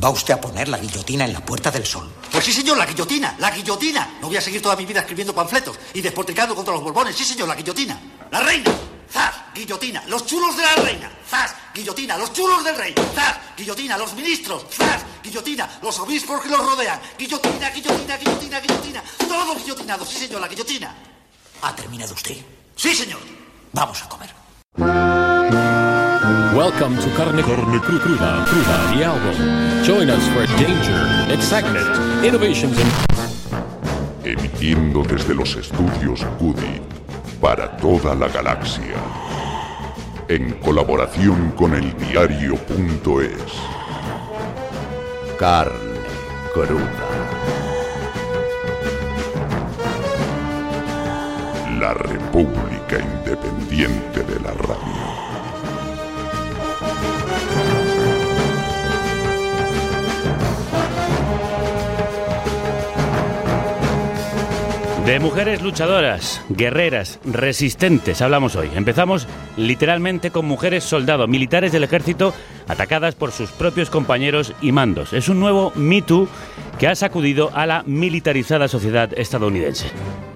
¿Va usted a poner la guillotina en la Puerta del Sol? Pues sí, señor, la guillotina, la guillotina. No voy a seguir toda mi vida escribiendo panfletos y despotricando contra los Borbones. Sí, señor, la guillotina. La reina. ¡Zas! Guillotina. Los chulos de la reina. ¡Zas! Guillotina. Los chulos del rey. ¡Zas! Guillotina. Los ministros. ¡Zas! Guillotina. Los obispos que los rodean. Guillotina, guillotina, guillotina, guillotina. Todos guillotinados. Sí, señor, la guillotina. ¿Ha terminado usted? Sí, señor. Vamos a comer. Welcome to Carne Cruda, the album. Join us for danger, excitement, innovations and... Emitiendo desde los estudios Cudi para toda la galaxia. En colaboración con eldiario.es. Carne Cruda. La República Independiente de la Radio. De mujeres luchadoras, guerreras, resistentes hablamos hoy. Empezamos literalmente con mujeres soldado, militares del ejército atacadas por sus propios compañeros y mandos. Es un nuevo Me Too que ha sacudido a la militarizada sociedad estadounidense.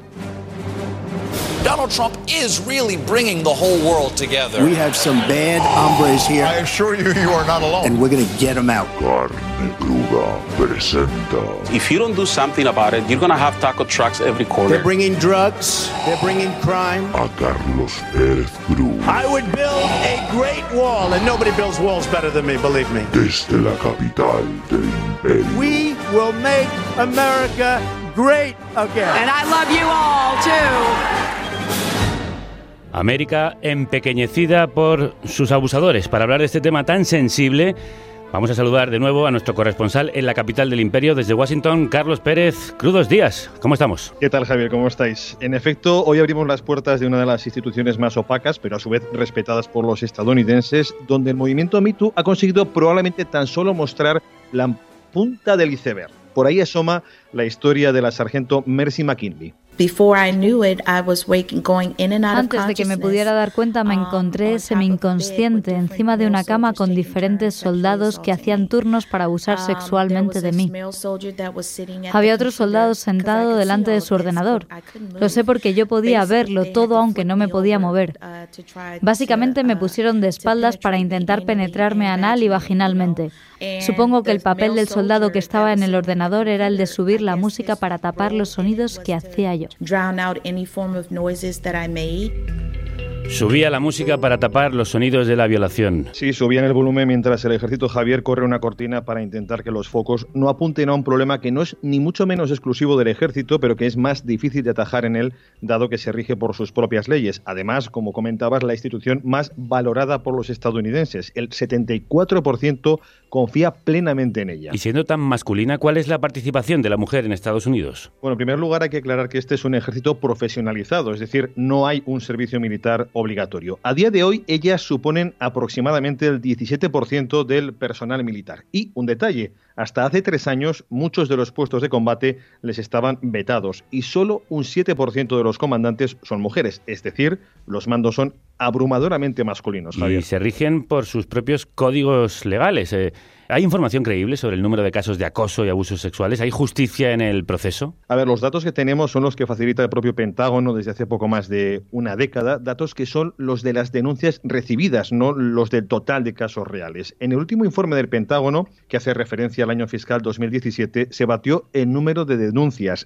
Donald Trump is really bringing the whole world together. We have some bad hombres here. I assure you, you are not alone. And we're going to get them out. Carne Cruda presenta. If you don't do something about it, you're going to have taco trucks every corner. They're bringing drugs. They're bringing crime. A Carlos Pérez Cruz. I would build a great wall, and nobody builds walls better than me, believe me. Desde la capital del imperio. We will make America great again. And I love you all, too. América empequeñecida por sus abusadores. Para hablar de este tema tan sensible, vamos a saludar de nuevo a nuestro corresponsal en la capital del imperio, desde Washington, Carlos Pérez. Crudos días, ¿cómo estamos? ¿Qué tal, Javier? ¿Cómo estáis? En efecto, hoy abrimos las puertas de una de las instituciones más opacas, pero a su vez respetadas por los estadounidenses, donde el movimiento Me Too ha conseguido probablemente tan solo mostrar la punta del iceberg. Por ahí asoma la historia de la sargento Mercy McKinley. Antes de que me pudiera dar cuenta, me encontré semi-inconsciente encima de una cama con diferentes soldados que hacían turnos para abusar sexualmente de mí. Había otro soldado sentado delante de su ordenador. Lo sé porque yo podía verlo todo aunque no me podía mover. Básicamente me pusieron de espaldas para intentar penetrarme anal y vaginalmente. Supongo que el papel del soldado que estaba en el ordenador era el de subir la música para tapar los sonidos que hacía yo. Subía la música para tapar los sonidos de la violación. Sí, subían el volumen mientras el ejército Javier corre una cortina para intentar que los focos no apunten a un problema que no es ni mucho menos exclusivo del ejército, pero que es más difícil de atajar en él, dado que se rige por sus propias leyes. Además, como comentabas, la institución más valorada por los estadounidenses. El 74% confía plenamente en ella. Y siendo tan masculina, ¿cuál es la participación de la mujer en Estados Unidos? Bueno, en primer lugar hay que aclarar que este es un ejército profesionalizado, es decir, no hay un servicio militar obligatorio. A día de hoy, ellas suponen aproximadamente el 17% del personal militar. Y un detalle, hasta hace 3 años, muchos de los puestos de combate les estaban vetados y solo un 7% de los comandantes son mujeres, es decir, los mandos son abrumadoramente masculinos, Javier. Y se rigen por sus propios códigos legales. ¿Hay información creíble sobre el número de casos de acoso y abusos sexuales? ¿Hay justicia en el proceso? A ver, los datos que tenemos son los que facilita el propio Pentágono desde hace poco más de una década, datos que son los de las denuncias recibidas, no los del total de casos reales. En el último informe del Pentágono, que hace referencia al año fiscal 2017, se batió el número de denuncias,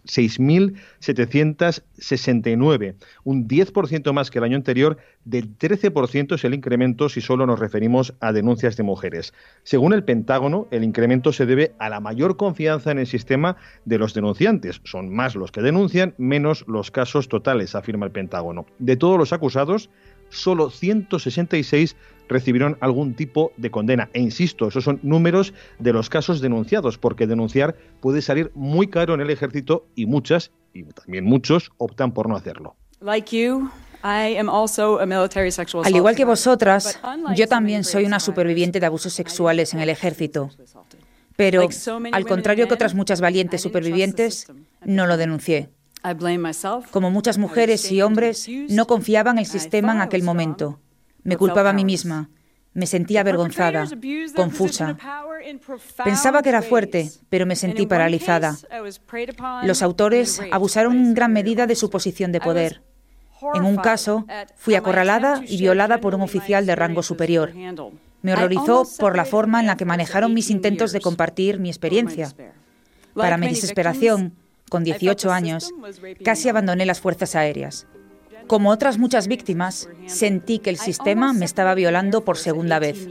6.769, un 10% más que el año anterior. Del 13% es el incremento si solo nos referimos a denuncias de mujeres. Según el Pentágono, el incremento se debe a la mayor confianza en el sistema de los denunciantes. Son más los que denuncian, menos los casos totales, afirma el Pentágono. De todos los acusados, solo 166 recibieron algún tipo de condena. E insisto, esos son números de los casos denunciados, porque denunciar puede salir muy caro en el ejército y muchas, y también muchos, optan por no hacerlo. Al igual que vosotras, yo también soy una superviviente de abusos sexuales en el ejército. Pero, al contrario que otras muchas valientes supervivientes, no lo denuncié. Como muchas mujeres y hombres, no confiaba en el sistema en aquel momento. Me culpaba a mí misma. Me sentía avergonzada, confusa. Pensaba que era fuerte, pero me sentí paralizada. Los autores abusaron en gran medida de su posición de poder. En un caso, fui acorralada y violada por un oficial de rango superior. Me horrorizó por la forma en la que manejaron mis intentos de compartir mi experiencia. Para mi desesperación, con 18 años, casi abandoné las fuerzas aéreas. Como otras muchas víctimas, sentí que el sistema me estaba violando por segunda vez.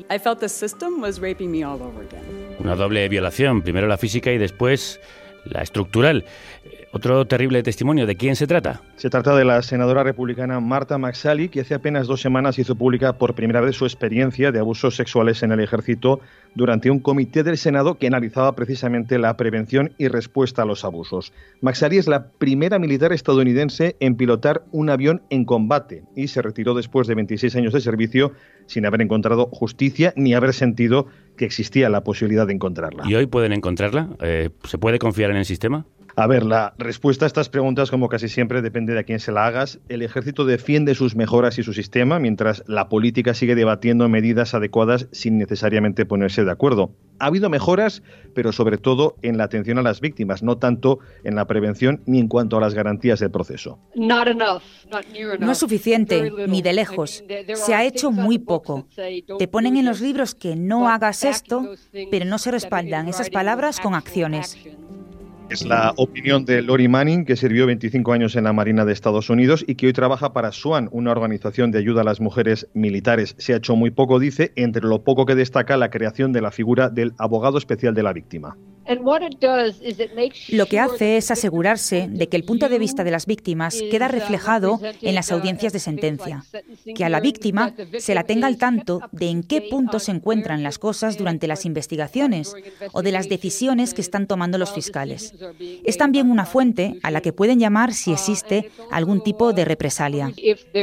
Una doble violación, primero la física y después la estructural. Otro terrible testimonio. ¿De quién se trata? Se trata de la senadora republicana Marta McSally, que hace apenas 2 semanas hizo pública por primera vez su experiencia de abusos sexuales en el ejército durante un comité del Senado que analizaba precisamente la prevención y respuesta a los abusos. McSally es la primera militar estadounidense en pilotar un avión en combate y se retiró después de 26 años de servicio sin haber encontrado justicia ni haber sentido que existía la posibilidad de encontrarla. ¿Y hoy pueden encontrarla? ¿Se puede confiar en el sistema? A ver, la respuesta a estas preguntas, como casi siempre, depende de a quién se la hagas. El ejército defiende sus mejoras y su sistema, mientras la política sigue debatiendo medidas adecuadas sin necesariamente ponerse de acuerdo. Ha habido mejoras, pero sobre todo en la atención a las víctimas, no tanto en la prevención ni en cuanto a las garantías del proceso. No es suficiente, ni de lejos. Se ha hecho muy poco. Te ponen en los libros que no hagas esto, pero no se respaldan esas palabras con acciones. Es la opinión de Lori Manning, que sirvió 25 años en la Marina de Estados Unidos y que hoy trabaja para SWAN, una organización de ayuda a las mujeres militares. Se ha hecho muy poco, dice, entre lo poco que destaca la creación de la figura del abogado especial de la víctima. Lo que hace es asegurarse de que el punto de vista de las víctimas queda reflejado en las audiencias de sentencia, que a la víctima se la tenga al tanto de en qué punto se encuentran las cosas durante las investigaciones o de las decisiones que están tomando los fiscales. Es también una fuente a la que pueden llamar si existe algún tipo de represalia.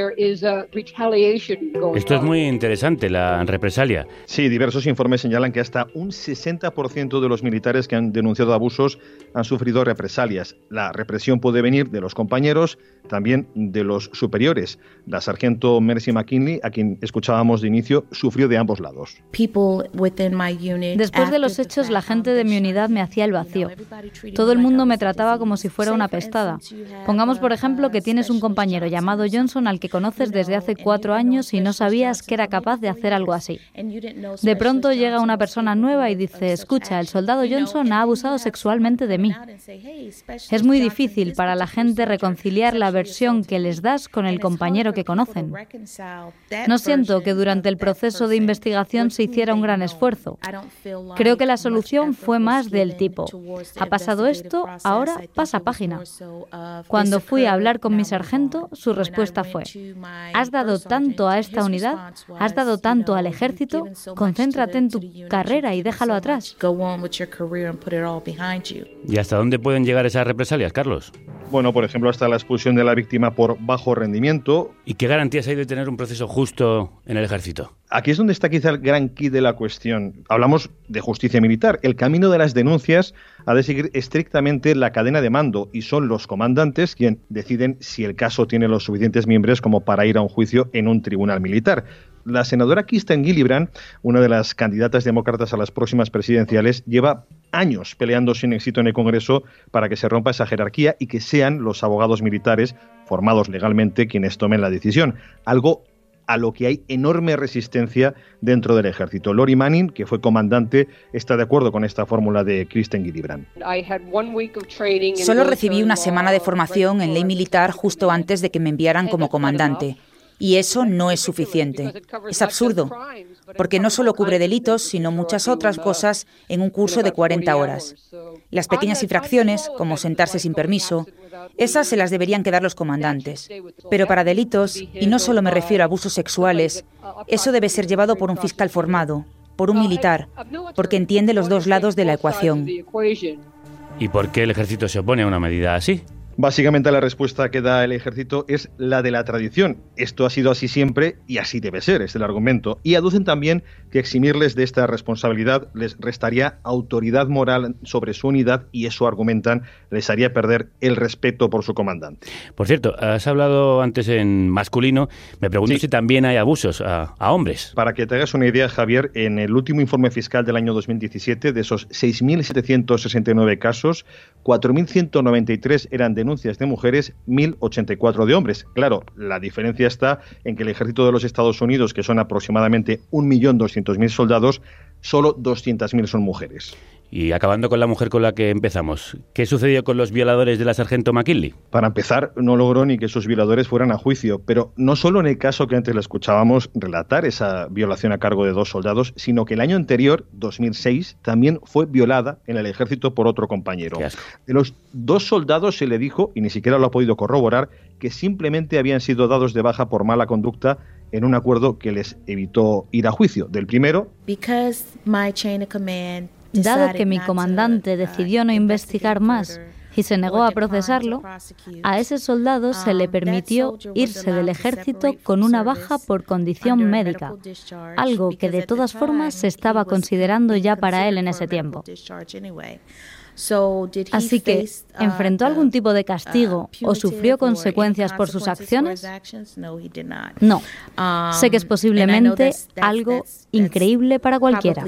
Esto es muy interesante, la represalia. Sí, diversos informes señalan que hasta un 60% de los militares que han denunciado abusos han sufrido represalias. La represión puede venir de los compañeros, también de los superiores. La sargento Mercy McKinley, a quien escuchábamos de inicio, sufrió de ambos lados. Después de los hechos, la gente de mi unidad me hacía el vacío. Todo el mundo me trataba como si fuera una apestada. Pongamos, por ejemplo, que tienes un compañero llamado Johnson al que conoces desde hace 4 años y no sabías que era capaz de hacer algo así. De pronto llega una persona nueva y dice: escucha, el soldado Johnson ha abusado sexualmente de mí. Es muy difícil para la gente reconciliar la versión que les das con el compañero que conocen. No siento que durante el proceso de investigación se hiciera un gran esfuerzo. Creo que la solución fue más del tipo: ha pasado esto, ahora pasa página. Cuando fui a hablar con mi sargento, su respuesta fue: has dado tanto a esta unidad, has dado tanto al ejército, concéntrate en tu carrera y déjalo atrás. ¿Y hasta dónde pueden llegar esas represalias, Carlos? Bueno, por ejemplo, hasta la expulsión de la víctima por bajo rendimiento. ¿Y qué garantías hay de tener un proceso justo en el ejército? Aquí es donde está quizá el gran quid de la cuestión. Hablamos de justicia militar. El camino de las denuncias ha de seguir estrictamente la cadena de mando y son los comandantes quienes deciden si el caso tiene los suficientes miembros como para ir a un juicio en un tribunal militar. La senadora Kirsten Gillibrand, una de las candidatas demócratas a las próximas presidenciales, lleva años peleando sin éxito en el Congreso para que se rompa esa jerarquía y que sean los abogados militares formados legalmente quienes tomen la decisión. Algo a lo que hay enorme resistencia dentro del ejército. Lori Manning, que fue comandante, está de acuerdo con esta fórmula de Kirsten Gillibrand. Solo recibí una semana de formación en ley militar justo antes de que me enviaran como comandante. Y eso no es suficiente. Es absurdo, porque no solo cubre delitos, sino muchas otras cosas en un curso de 40 horas. Las pequeñas infracciones, como sentarse sin permiso, esas se las deberían quedar los comandantes. Pero para delitos, y no solo me refiero a abusos sexuales, eso debe ser llevado por un fiscal formado, por un militar, porque entiende los dos lados de la ecuación. ¿Y por qué el ejército se opone a una medida así? Básicamente la respuesta que da el ejército es la de la tradición. Esto ha sido así siempre y así debe ser, es el argumento. Y aducen también que eximirles de esta responsabilidad les restaría autoridad moral sobre su unidad y eso, argumentan, les haría perder el respeto por su comandante. Por cierto, has hablado antes en masculino. Me pregunto si también hay abusos a hombres. Para que te hagas una idea, Javier, en el último informe fiscal del año 2017, de esos 6.769 casos, 4.193 eran denuncias de mujeres, 1.084 de hombres. Claro, la diferencia está en que el ejército de los Estados Unidos, que son aproximadamente 1.200.000 soldados, solo 200.000 son mujeres. Y acabando con la mujer con la que empezamos, ¿qué sucedió con los violadores de la sargento McKinley? Para empezar, no logró ni que sus violadores fueran a juicio, pero no solo en el caso que antes le escuchábamos relatar esa violación a cargo de 2 soldados, sino que el año anterior, 2006, también fue violada en el ejército por otro compañero. De los 2 soldados se le dijo, y ni siquiera lo ha podido corroborar, que simplemente habían sido dados de baja por mala conducta en un acuerdo que les evitó ir a juicio. Del primero, dado que mi comandante decidió no investigar más y se negó a procesarlo, a ese soldado se le permitió irse del ejército con una baja por condición médica, algo que de todas formas se estaba considerando ya para él en ese tiempo. Así que, ¿enfrentó algún tipo de castigo o sufrió consecuencias por sus acciones? No. Sé que es posiblemente algo increíble para cualquiera.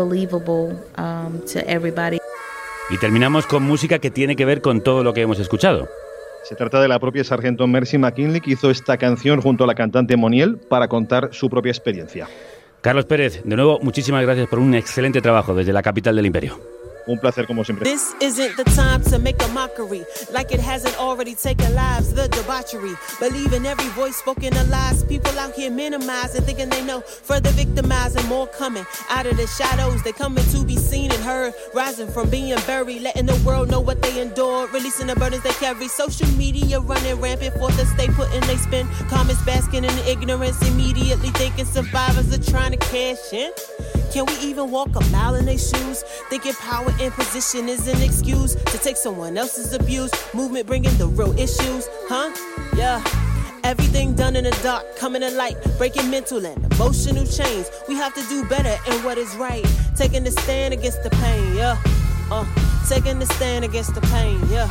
Y terminamos con música que tiene que ver con todo lo que hemos escuchado. Se trata de la propia sargento Mercy McKinley, que hizo esta canción junto a la cantante Moniel para contar su propia experiencia. Carlos Pérez, de nuevo, muchísimas gracias por un excelente trabajo desde la capital del imperio. Un placer, como siempre. This isn't the time to make a mockery, like it hasn't already taken lives, the debauchery. Believe in every voice spoken of lies. People out here minimizing, thinking they know, further victimizing, more coming out of the shadows. They coming to be seen and heard, rising from being buried, letting the world know what they endured, releasing the burdens they carry. Social media running rampant, forth to stay put and they spin. Comments basking in ignorance, immediately thinking survivors are trying to cash in. Can we even walk a mile in their shoes? Thinking power and position is an excuse to take someone else's abuse. Movement bringing the real issues, huh? Yeah. Everything done in the dark, coming to light, breaking mental and emotional chains. We have to do better in what is right. Taking a stand against the pain, yeah. Taking a stand against the pain, yeah.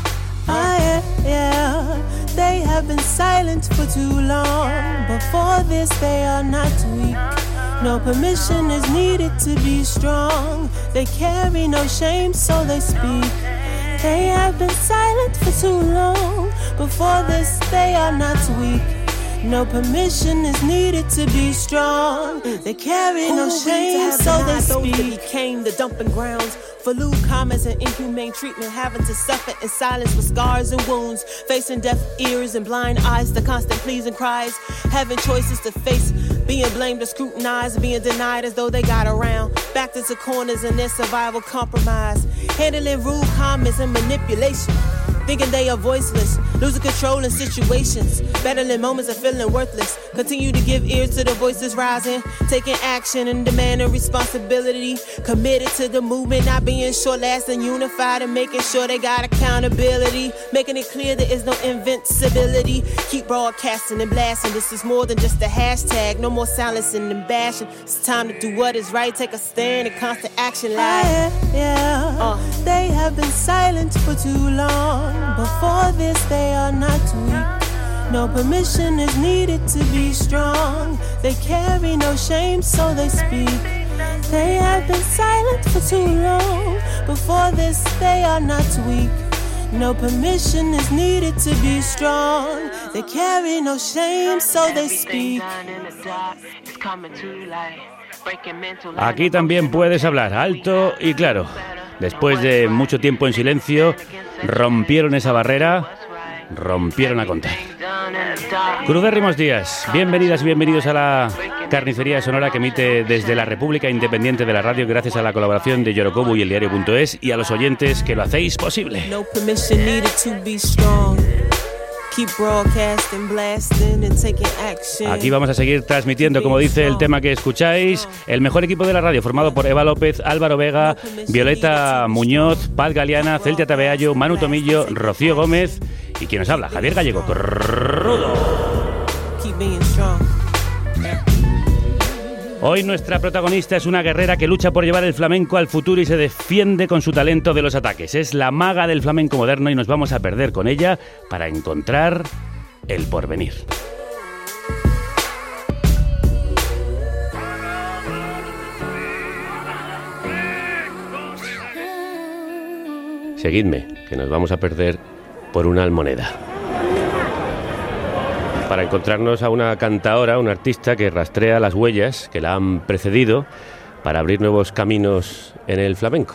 Yeah. They have been silent for too long. Before this, they are not weak. No permission is needed to be strong. They carry no shame, so they speak. They have been silent for too long. Before this, they are not weak. No permission is needed to be strong. They carry no shame, so they speak. They became the dumping grounds for lewd comments and inhumane treatment, having to suffer in silence with scars and wounds, facing deaf ears and blind eyes, the constant pleas and cries, having choices to face, being blamed or scrutinized, being denied as though they got around, backed into corners in their survival compromise, handling rude comments and manipulation, thinking they are voiceless, losing control in situations, battling moments of feeling worthless, continue to give ear to the voices rising, taking action and demanding responsibility, committed to the movement, not being short-lasting, unified, and making sure they got accountability, making it clear there is no invincibility, keep broadcasting and blasting, this is more than just a hashtag, no more silencing and bashing, it's time to do what is right, take a stand in constant action, like, they have been silent for too long. Before this, they are not weak. No permission is needed to be strong. They carry no shame, so they speak. They have been silent for too long. Before this, they are not weak. No permission is needed to be strong. They carry no shame, so they speak. Aquí también puedes hablar alto y claro. Después de mucho tiempo en silencio, rompieron esa barrera, rompieron a contar. Crudérrimos días, bienvenidas y bienvenidos a la carnicería sonora que emite desde la República Independiente de la Radio, gracias a la colaboración de Yorokobu y eldiario.es y a los oyentes que lo hacéis posible. Aquí vamos a seguir transmitiendo, como dice el tema que escucháis, el mejor equipo de la radio, formado por Eva López, Álvaro Vega, Violeta Muñoz, Paz Galeana, Celtia Tabeallo, Manu Tomillo, Rocío Gómez y quien nos habla, Javier Gallego. Crudo. Hoy nuestra protagonista es una guerrera que lucha por llevar el flamenco al futuro y se defiende con su talento de los ataques. Es la maga del flamenco moderno y nos vamos a perder con ella para encontrar el porvenir. Seguidme, que nos vamos a perder por una almoneda. Para encontrarnos a una cantaora, una artista que rastrea las huellas que la han precedido para abrir nuevos caminos en el flamenco.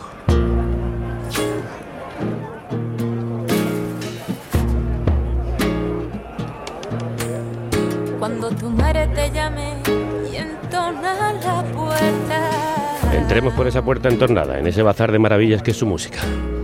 Cuando tu madre te llame y entona la puerta. Entremos por esa puerta entornada, en ese bazar de maravillas que es su música.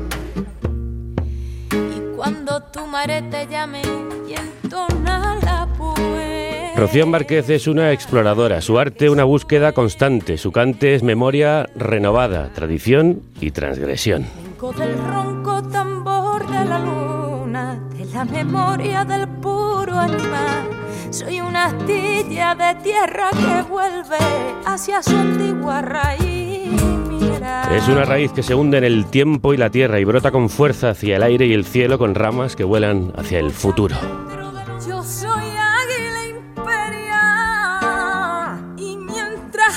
Y cuando tu madre te llame y entona la puerta. Rocío Márquez es una exploradora, su arte una búsqueda constante, su cante es memoria renovada, tradición y transgresión. Vengo del ronco tambor de la luna, de la memoria del puro animal. Soy una astilla de tierra que vuelve hacia su antigua raíz. Es una raíz que se hunde en el tiempo y la tierra y brota con fuerza hacia el aire y el cielo con ramas que vuelan hacia el futuro. Yo soy águila imperial y mientras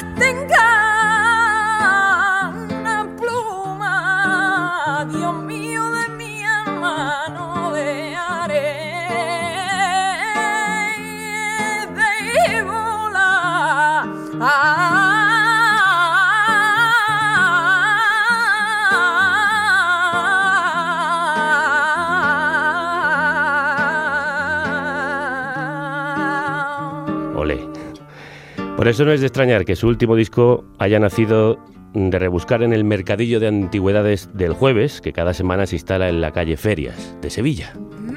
tenga una pluma, Dios mío, de mi alma no dejaré de volar. Por eso no es de extrañar que su último disco haya nacido de rebuscar en el mercadillo de antigüedades del Jueves, que cada semana se instala en la calle Ferias de Sevilla.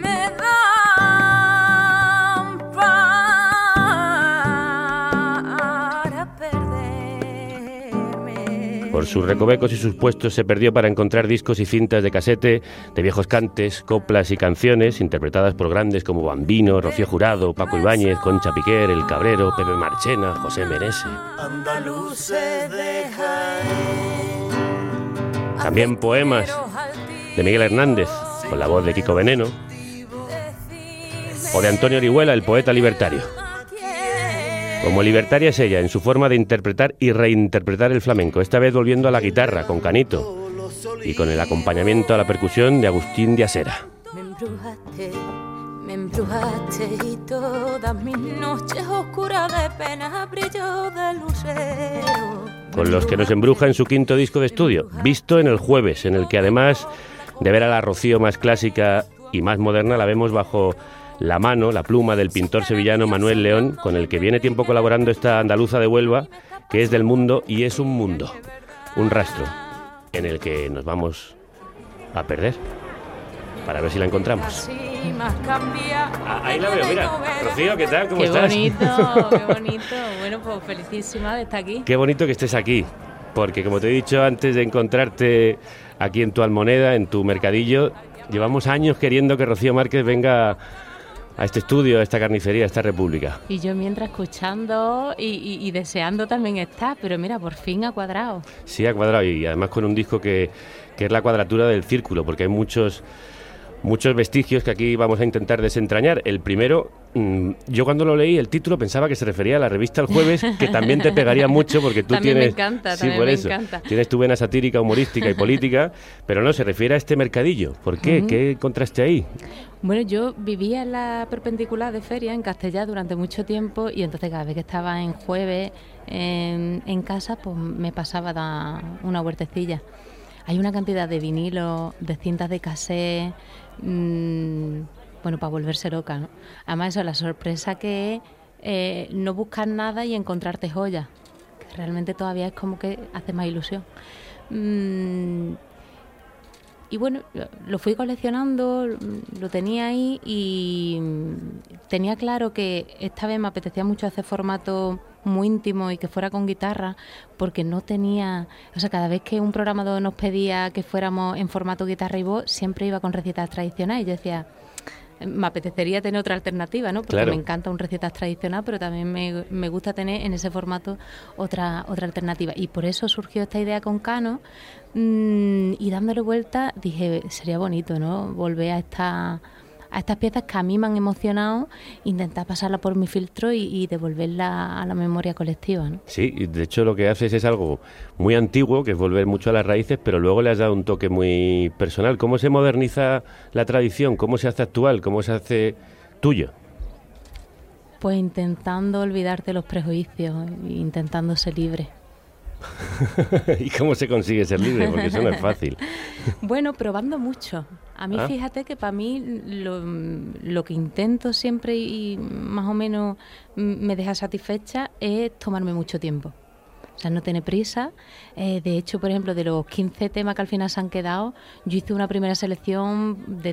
Por sus recovecos y sus puestos se perdió para encontrar discos y cintas de casete de viejos cantes, coplas y canciones interpretadas por grandes como Bambino, Rocío Jurado, Paco Ibáñez, Concha Piquer, El Cabrero, Pepe Marchena, José Merese. También poemas de Miguel Hernández, con la voz de Kiko Veneno, o de Antonio Orihuela, el poeta libertario. Como libertaria es ella en su forma de interpretar y reinterpretar el flamenco, esta vez volviendo a la guitarra con Canito y con el acompañamiento a la percusión de Agustín de Asera. Me embrujaste y todas mis noches oscuras de pena brillo de lucero. Con los que nos embruja en su quinto disco de estudio, Visto en el Jueves, en el que además de ver a la Rocío más clásica y más moderna, la vemos bajo la mano, la pluma del pintor sevillano Manuel León, con el que viene tiempo colaborando esta andaluza de Huelva, que es del mundo y es un mundo, un rastro en el que nos vamos a perder, para ver si la encontramos. Ahí la veo, mira. Rocío, ¿qué tal? ¿Cómo estás? Qué bonito. Bueno, pues felicísima de estar aquí. Qué bonito que estés aquí, porque como te he dicho antes de encontrarte aquí en tu Almoneda, en tu mercadillo, llevamos años queriendo que Rocío Márquez venga a este estudio, a esta carnicería, a esta república. Y yo mientras escuchando y deseando también estar, pero mira, por fin ha cuadrado. Sí, ha cuadrado, y además con un disco que es la cuadratura del círculo, porque hay muchos vestigios que aquí vamos a intentar desentrañar. El primero, yo cuando lo leí, el título, pensaba que se refería a la revista El Jueves, que también te pegaría mucho porque tú también tienes... Me encanta, sí, también por me eso. encanta. Tienes tu vena satírica, humorística y política, pero no, se refiere a este mercadillo. ¿Por qué? ¿Qué encontraste ahí? Bueno, yo vivía en la perpendicular de Feria, en Castellar, durante mucho tiempo, y entonces cada vez que estaba en Jueves en casa, pues me pasaba a dar una huertecilla. Hay una cantidad de vinilos, de cintas de cassette, bueno, para volverse loca, ¿no? Además eso, la sorpresa que es no buscar nada y encontrarte joyas, que realmente todavía es como que hace más ilusión. bueno, lo fui coleccionando, lo tenía ahí y tenía claro que esta vez me apetecía mucho hacer formato muy íntimo y que fuera con guitarra, porque no tenía, o sea, cada vez que un programador nos pedía que fuéramos en formato guitarra y voz, siempre iba con recetas tradicionales. Yo decía, me apetecería tener otra alternativa, ¿no? Porque claro, me encanta un recetas tradicional, pero también me gusta tener en ese formato otra alternativa. Y por eso surgió esta idea con Cano, y dándole vuelta dije, sería bonito, ¿no? Volver a estas piezas que a mí me han emocionado, intentar pasarla por mi filtro y devolverla a la memoria colectiva, ¿no? Sí, y de hecho lo que haces es algo muy antiguo, que es volver mucho a las raíces, pero luego le has dado un toque muy personal. ¿Cómo se moderniza la tradición? ¿Cómo se hace actual? ¿Cómo se hace tuyo? Pues intentando olvidarte los prejuicios, intentando ser libre. ¿Y cómo se consigue ser libre? Porque eso no es fácil. Bueno, probando mucho. A mí, fíjate que para mí lo que intento siempre y más o menos me deja satisfecha es tomarme mucho tiempo. O sea, no tener prisa. De hecho, por ejemplo, de los 15 temas que al final se han quedado, yo hice una primera selección de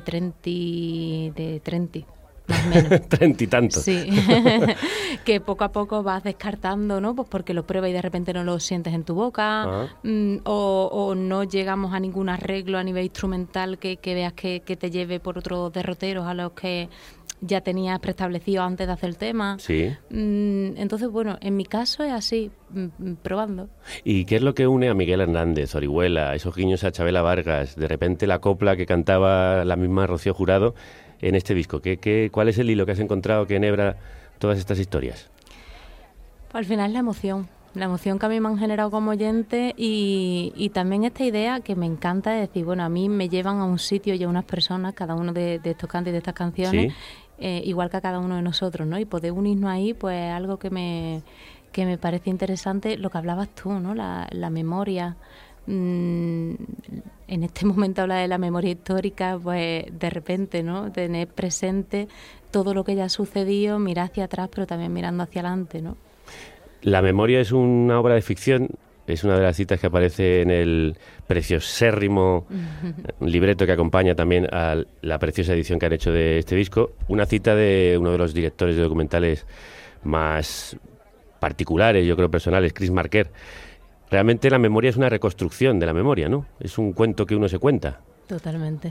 30. Más o menos. 30 y tantos. Sí, que poco a poco vas descartando, ¿no? Pues porque lo pruebas y de repente no lo sientes en tu boca, o no llegamos a ningún arreglo a nivel instrumental que veas que te lleve por otros derroteros a los que ya tenías preestablecido antes de hacer el tema. Sí. Entonces, bueno, en mi caso es así, probando. ¿Y qué es lo que une a Miguel Hernández, Orihuela, esos guiños a Chabela Vargas, de repente la copla que cantaba la misma Rocío Jurado en este disco? ¿Cuál es el hilo que has encontrado que enhebra todas estas historias? Pues al final la emoción que a mí me han generado como oyente y también esta idea que me encanta de decir, bueno, a mí me llevan a un sitio y a unas personas, cada uno de estos cantos y de estas canciones, igual que a cada uno de nosotros, ¿no? Y poder unirnos ahí, pues algo que me parece interesante, lo que hablabas tú, ¿no? La memoria. En este momento habla de la memoria histórica, pues de repente, ¿no? Tener presente todo lo que ya ha sucedido, mirar hacia atrás, pero también mirando hacia adelante, ¿no? La memoria es una obra de ficción, es una de las citas que aparece en el preciosérrimo libreto que acompaña también a la preciosa edición que han hecho de este disco. Una cita de uno de los directores de documentales más particulares, yo creo personales, Chris Marker. Realmente la memoria es una reconstrucción de la memoria, ¿no? Es un cuento que uno se cuenta. Totalmente.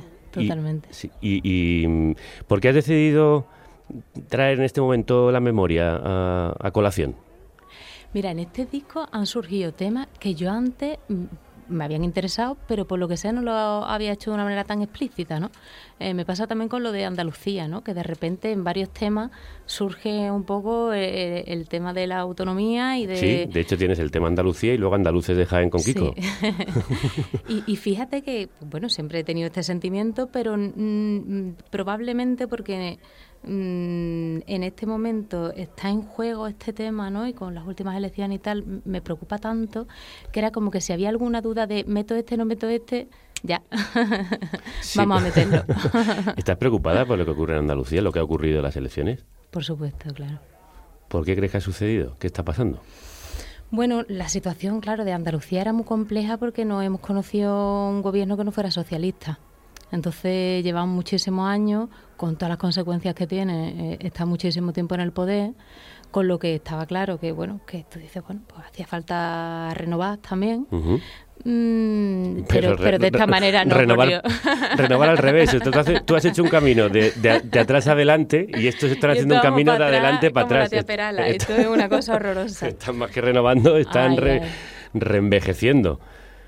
¿Y por qué has decidido traer en este momento la memoria a colación? Mira, en este disco han surgido temas que yo antes me habían interesado, pero por lo que sea no lo había hecho de una manera tan explícita, ¿no? Me pasa también con lo de Andalucía, ¿no? Que de repente en varios temas surge un poco el tema de la autonomía y de... Sí, de hecho tienes el tema Andalucía y luego Andaluces de Jaén con Kiko. Sí. y fíjate que, bueno, siempre he tenido este sentimiento, pero probablemente porque... en este momento está en juego este tema, ¿no? Y con las últimas elecciones y tal, me preocupa tanto que era como que si había alguna duda de meto este, no meto este, ya, sí. Vamos a meterlo. ¿Estás preocupada por lo que ocurre en Andalucía, lo que ha ocurrido en las elecciones? Por supuesto, claro. ¿Por qué crees que ha sucedido? ¿Qué está pasando? Bueno, la situación, claro, de Andalucía era muy compleja porque no hemos conocido un gobierno que no fuera socialista. Entonces llevamos muchísimos años, con todas las consecuencias que tiene, está muchísimo tiempo en el poder, con lo que estaba claro que, bueno, que tú dices, bueno, pues hacía falta renovar también, pero de esta manera no renovar al revés. Tú has hecho un camino de atrás a adelante y estos están haciendo un camino de adelante para atrás. Esto es una cosa horrorosa. Están más que renovando, están reenvejeciendo.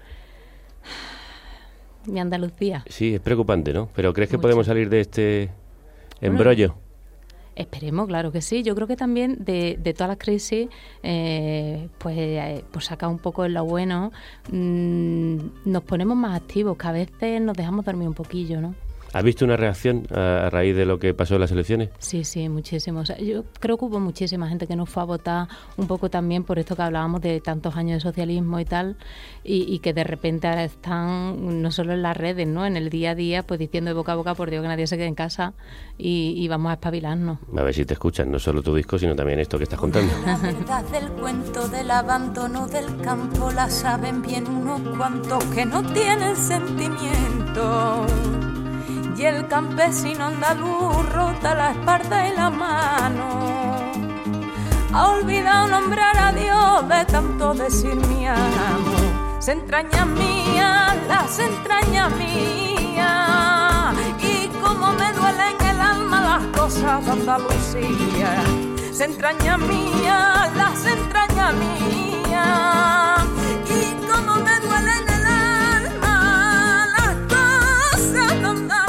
Mi Andalucía. Sí, es preocupante, ¿no? Pero ¿crees que podemos salir de este embrollo? Bueno, esperemos, claro que sí. Yo creo que también de todas las crisis, pues sacar un poco el lado bueno, nos ponemos más activos, que a veces nos dejamos dormir un poquillo, ¿no? ¿Has visto una reacción a raíz de lo que pasó en las elecciones? Sí, muchísimo. O sea, yo creo que hubo muchísima gente que no fue a votar, un poco también por esto que hablábamos de tantos años de socialismo y tal, y que de repente ahora están no solo en las redes, ¿no? En el día a día, pues diciendo de boca a boca, por Dios, que nadie se quede en casa y vamos a espabilarnos. A ver si te escuchan, no solo tu disco, sino también esto que estás contando. La verdad del cuento del abandono del campo la saben bien unos cuantos que no tienen sentimiento. Y el campesino andaluz rota la espalda y la mano. Ha olvidado nombrar a Dios de tanto decir mi amo. Se entraña mía, las entrañas mías. Y como me duele en el alma las cosas de Andalucía. Se entraña mía, las entrañas mías. Y como me duele en el alma las cosas de Andalucía.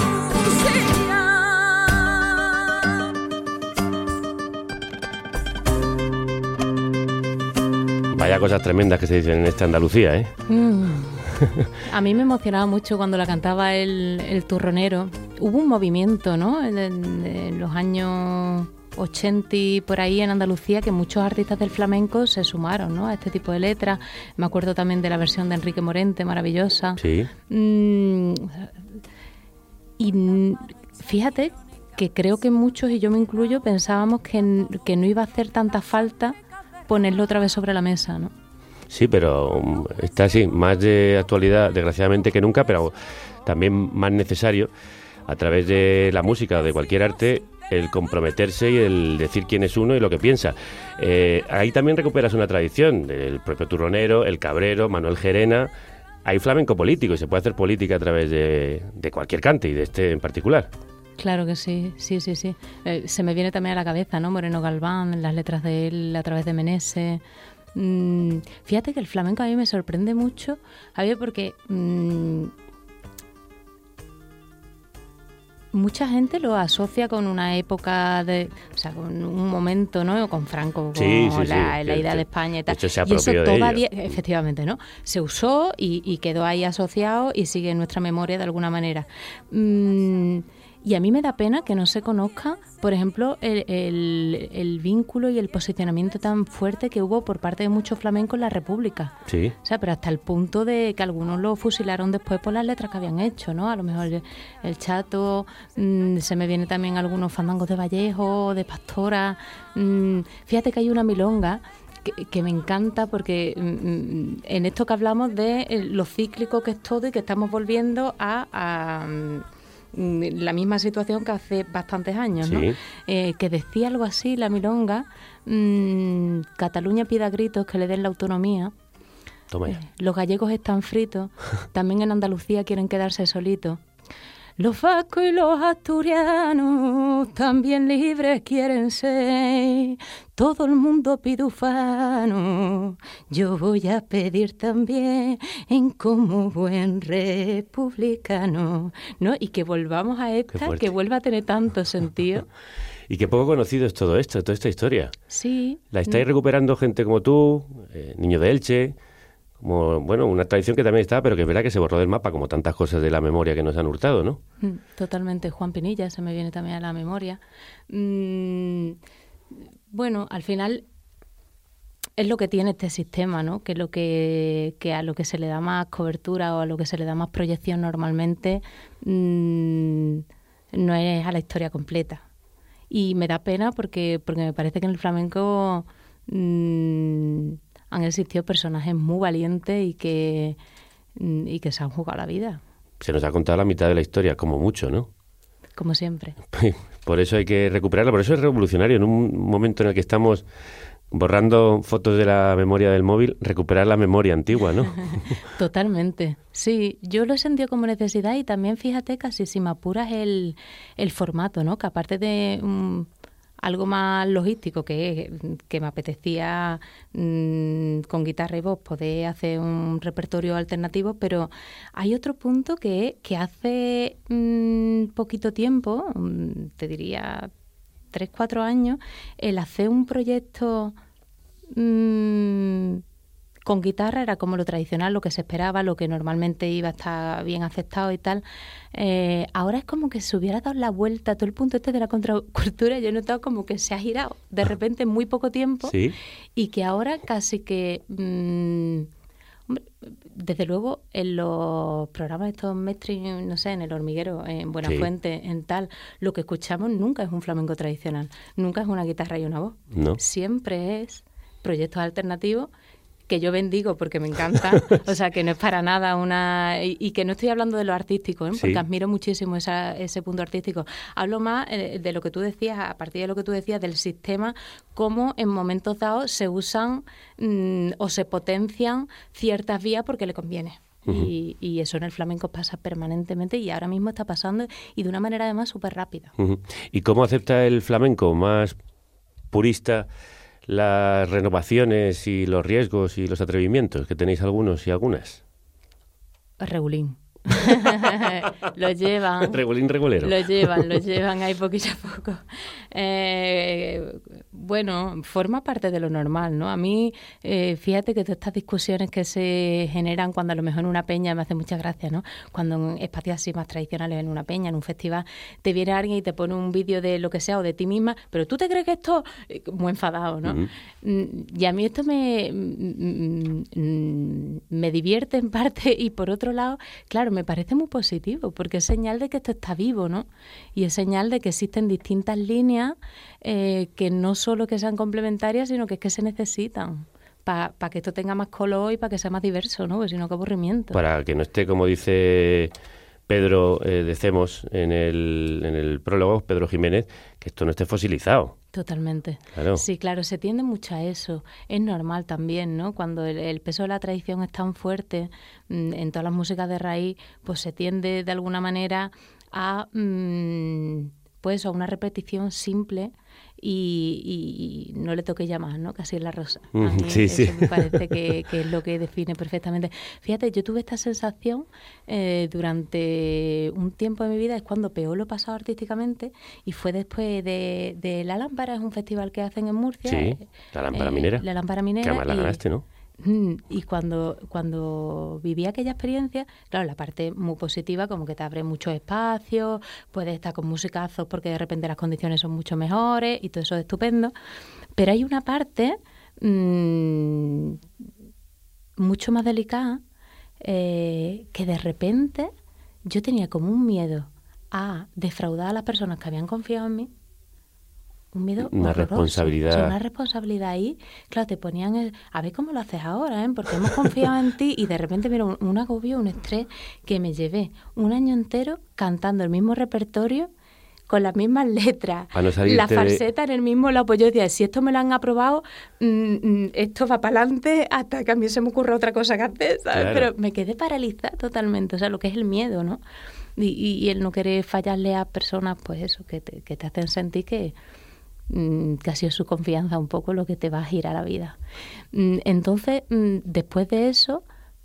Vaya cosas tremendas que se dicen en esta Andalucía, ¿eh? A mí me emocionaba mucho cuando la cantaba el turronero. Hubo un movimiento, ¿no? En los años 80 y por ahí en Andalucía, que muchos artistas del flamenco se sumaron, ¿no? A este tipo de letras. Me acuerdo también de la versión de Enrique Morente, maravillosa. Sí. Y fíjate que creo que muchos, y yo me incluyo, pensábamos que no iba a hacer tanta falta ponerlo otra vez sobre la mesa, ¿no? Sí, pero está así, más de actualidad, desgraciadamente, que nunca, pero también más necesario, a través de la música o de cualquier arte, el comprometerse y el decir quién es uno y lo que piensa. Ahí también recuperas una tradición, el propio turronero, el cabrero, Manuel Gerena. Hay flamenco político y se puede hacer política a través de cualquier cante y de este en particular. Claro que sí. Se me viene también a la cabeza, ¿no? Moreno Galván, las letras de él a través de Meneses. Fíjate que el flamenco a mí me sorprende mucho, Javier, porque mucha gente lo asocia con una época o sea, con un momento, ¿no? Con Franco, con la idea de España y tal. De hecho, se y eso apropió de todavía, ello. efectivamente, ¿no? Se usó y quedó ahí asociado y sigue en nuestra memoria de alguna manera. Y a mí me da pena que no se conozca, por ejemplo, el vínculo y el posicionamiento tan fuerte que hubo por parte de muchos flamencos en la República. Sí. O sea, pero hasta el punto de que algunos lo fusilaron después por las letras que habían hecho, ¿no? A lo mejor el Chato, se me viene también algunos fandangos de Vallejo, de Pastora. Fíjate que hay una milonga que me encanta porque en esto que hablamos de lo cíclico que es todo y que estamos volviendo a la misma situación que hace bastantes años, ¿no? Sí. Que decía algo así, la milonga, Cataluña pide a gritos que le den la autonomía. Toma ya. Los gallegos están fritos, también en Andalucía quieren quedarse solitos. Los vascos y los asturianos también libres quieren ser. Todo el mundo pide ufano. Yo voy a pedir también en como buen republicano, ¿no? Y que volvamos a esta, que vuelva a tener tanto sentido. Y qué poco conocido es todo esto, toda esta historia. Sí. La estáis recuperando gente como tú, Niño de Elche, como, bueno, una tradición que también está, pero que es verdad que se borró del mapa, como tantas cosas de la memoria que nos han hurtado, ¿no? Totalmente. Juan Pinilla se me viene también a la memoria. Bueno, al final es lo que tiene este sistema, ¿no? Que a lo que se le da más cobertura o a lo que se le da más proyección normalmente no es a la historia completa. Y me da pena porque me parece que en el flamenco han existido personajes muy valientes y que se han jugado la vida. Se nos ha contado la mitad de la historia, como mucho, ¿no? Como siempre. Por eso hay que recuperarla, por eso es revolucionario. En un momento en el que estamos borrando fotos de la memoria del móvil, recuperar la memoria antigua, ¿no? Totalmente. Sí, yo lo he sentido como necesidad y también, fíjate, casi si me apuras el formato, ¿no? Que aparte de algo más logístico, que me apetecía con guitarra y voz poder hacer un repertorio alternativo, pero hay otro punto que hace poquito tiempo, te diría 3-4 años, el hacer un proyecto con guitarra era como lo tradicional, lo que se esperaba, lo que normalmente iba a estar bien aceptado y tal. Ahora es como que se hubiera dado la vuelta, todo el punto este de la contracultura, yo he notado como que se ha girado de repente en muy poco tiempo. ¿Sí? Y que ahora casi que... desde luego en los programas estos mainstream, no sé, en El Hormiguero, en Buenafuente, en tal, lo que escuchamos nunca es un flamenco tradicional, nunca es una guitarra y una voz. No. Siempre es proyectos alternativos que yo bendigo porque me encanta, o sea, que no es para nada una... Y que no estoy hablando de lo artístico, porque sí. admiro muchísimo ese punto artístico. Hablo más de lo que tú decías, a partir de lo que tú decías, del sistema, cómo en momentos dados se usan o se potencian ciertas vías porque le conviene. Y eso en el flamenco pasa permanentemente y ahora mismo está pasando y de una manera además súper rápida. ¿Y cómo acepta el flamenco más purista las renovaciones y los riesgos y los atrevimientos, que tenéis algunos y algunas? Regulín. Lo llevan. Regulín regulero. Lo llevan ahí poquito a poco. Bueno, forma parte de lo normal, ¿no? A mí, fíjate que todas estas discusiones que se generan cuando a lo mejor en una peña, me hace mucha gracia, ¿no? Cuando en espacios así más tradicionales, en una peña, en un festival, te viene alguien y te pone un vídeo de lo que sea o de ti misma, pero ¿tú te crees que esto...? Muy enfadado, ¿no? Y a mí esto me divierte en parte y por otro lado, claro, me parece muy positivo porque es señal de que esto está vivo, ¿no? Y es señal de que existen distintas líneas que no solo que sean complementarias, sino que es que se necesitan para que esto tenga más color y para que sea más diverso, ¿no? Porque si no, qué aburrimiento. Para que no esté, como dice Pedro de Cemos en el prólogo, Pedro Jiménez, que esto no esté fosilizado. Totalmente. Claro. Sí, claro, se tiende mucho a eso. Es normal también, ¿no? Cuando el peso de la tradición es tan fuerte en todas las músicas de raíz, pues se tiende de alguna manera a, pues, a una repetición simple y no le toque ya más, ¿no? Casi es la rosa. A mí eso me parece que es lo que define perfectamente. Fíjate, yo tuve esta sensación durante un tiempo de mi vida, es cuando peor lo he pasado artísticamente, y fue después de La Lámpara, es un festival que hacen en Murcia. Sí, La Lámpara Minera. La Lámpara Minera. Que además la ganaste, ¿no? Y cuando viví aquella experiencia, claro, la parte muy positiva, como que te abre muchos espacios, puedes estar con musicazos porque de repente las condiciones son mucho mejores y todo eso es estupendo, pero hay una parte mucho más delicada que de repente yo tenía como un miedo a defraudar a las personas que habían confiado en mí. Un miedo una horroroso. responsabilidad. O sea, una responsabilidad ahí. Claro, te ponían a ver cómo lo haces ahora, ¿eh? Porque hemos confiado en ti y de repente mira un agobio, un estrés que me llevé un año entero cantando el mismo repertorio con las mismas letras, la falseta en el mismo lado. Pues yo decía, si esto me lo han aprobado, esto va para adelante hasta que a mí se me ocurra otra cosa que hacer, ¿sabes? Claro. Pero me quedé paralizada totalmente, o sea, lo que es el miedo, ¿no? Y el no querer fallarle a personas, pues eso, que te hacen sentir que ha sido su confianza un poco lo que te va a girar la vida. Entonces, después de eso,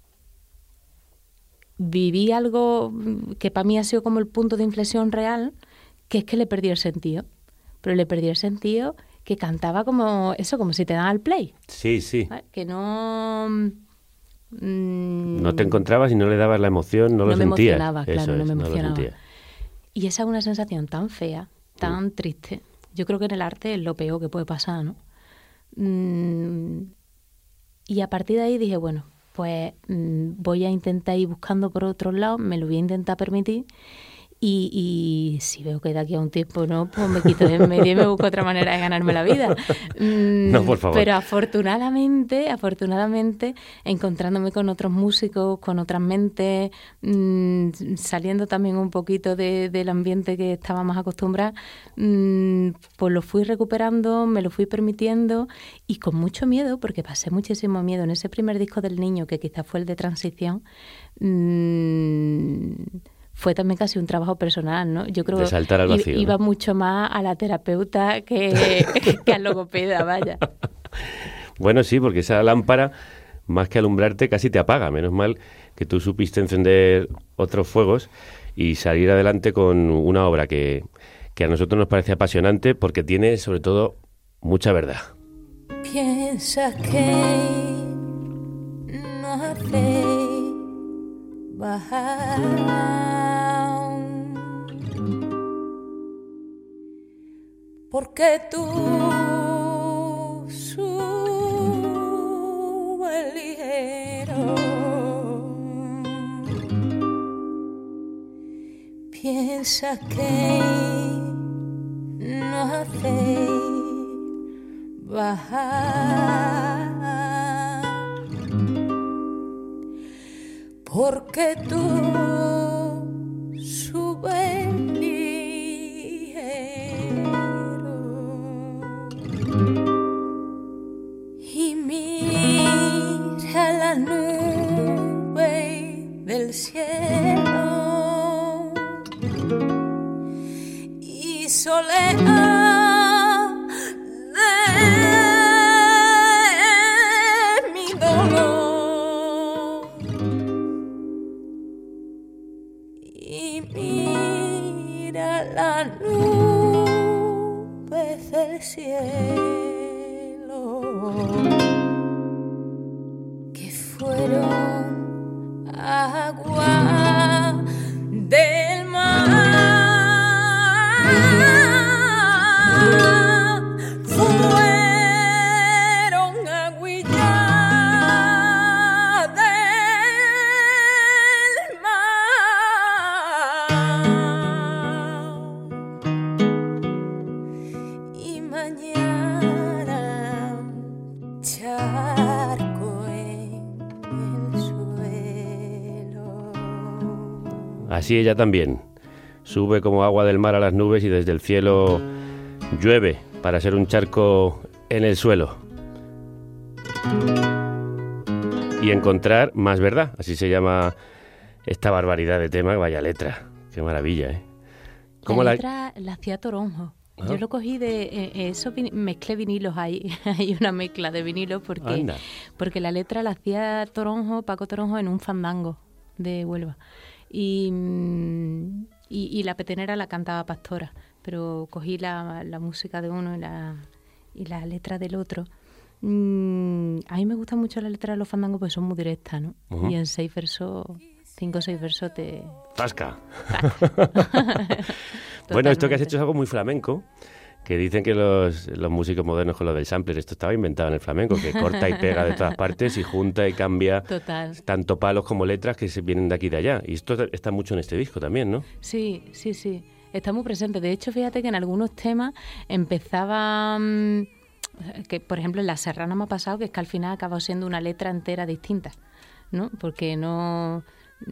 viví algo que para mí ha sido como el punto de inflexión real, que es que le perdí el sentido. Pero le perdí el sentido que cantaba como eso, como si te dan al play. Sí, sí. ¿Sabes? Que no... no te encontrabas y no le dabas la emoción, no lo sentías. No me emocionaba, claro, no me emocionaba. Y esa es una sensación tan fea, tan triste. Yo creo que en el arte es lo peor que puede pasar, ¿no? Y a partir de ahí dije, bueno, pues voy a intentar ir buscando por otros lados, me lo voy a intentar permitir. Y si veo que de aquí a un tiempo no, pues me quito de en medio y me busco otra manera de ganarme la vida. No, por favor. Pero afortunadamente, encontrándome con otros músicos, con otras mentes, saliendo también un poquito del ambiente que estaba más acostumbrada, pues lo fui recuperando, me lo fui permitiendo y con mucho miedo, porque pasé muchísimo miedo en ese primer disco del niño, que quizás fue el de transición. Fue también casi un trabajo personal, ¿no? Yo creo de saltar al vacío, iba ¿no? mucho más a la terapeuta que al logopeda, vaya. Bueno, sí, porque esa lámpara, más que alumbrarte, casi te apaga. Menos mal que tú supiste encender otros fuegos y salir adelante con una obra que a nosotros nos parece apasionante porque tiene, sobre todo, mucha verdad. Piensas que hace bajar. Porque tú subes ligero, piensas que no hace bajar. Porque tú subes ligero y mira la nube del cielo y soleá de mi dolor. La nube del cielo que fueron agua del mar, fueron agüilla del mar. Mañana charco en el suelo. Así ella también. Sube como agua del mar a las nubes y desde el cielo llueve para ser un charco en el suelo. Y encontrar más verdad. Así se llama esta barbaridad de tema. Vaya letra. Qué maravilla, ¿eh? La letra la hacía Toronjo. Yo lo cogí mezclé vinilos ahí, hay una mezcla de vinilos porque la letra la hacía Paco Toronjo en un fandango de Huelva y la petenera la cantaba Pastora, pero cogí la música de uno y la letra del otro. A mí me gusta mucho la letra de los fandangos porque son muy directas, ¿no? Uh-huh. Y en 5 o 6 versos te... ¡Tasca! Bueno, esto que has hecho es algo muy flamenco, que dicen que los músicos modernos con lo del sampler, esto estaba inventado en el flamenco, que corta y pega de todas partes y junta y cambia. Total. Tanto palos como letras que se vienen de aquí y de allá. Y esto está mucho en este disco también, ¿no? Sí. Está muy presente. De hecho, fíjate que en algunos temas empezaba... que, por ejemplo, en La Serrana me ha pasado que es que al final acabó siendo una letra entera distinta, ¿no? Porque no...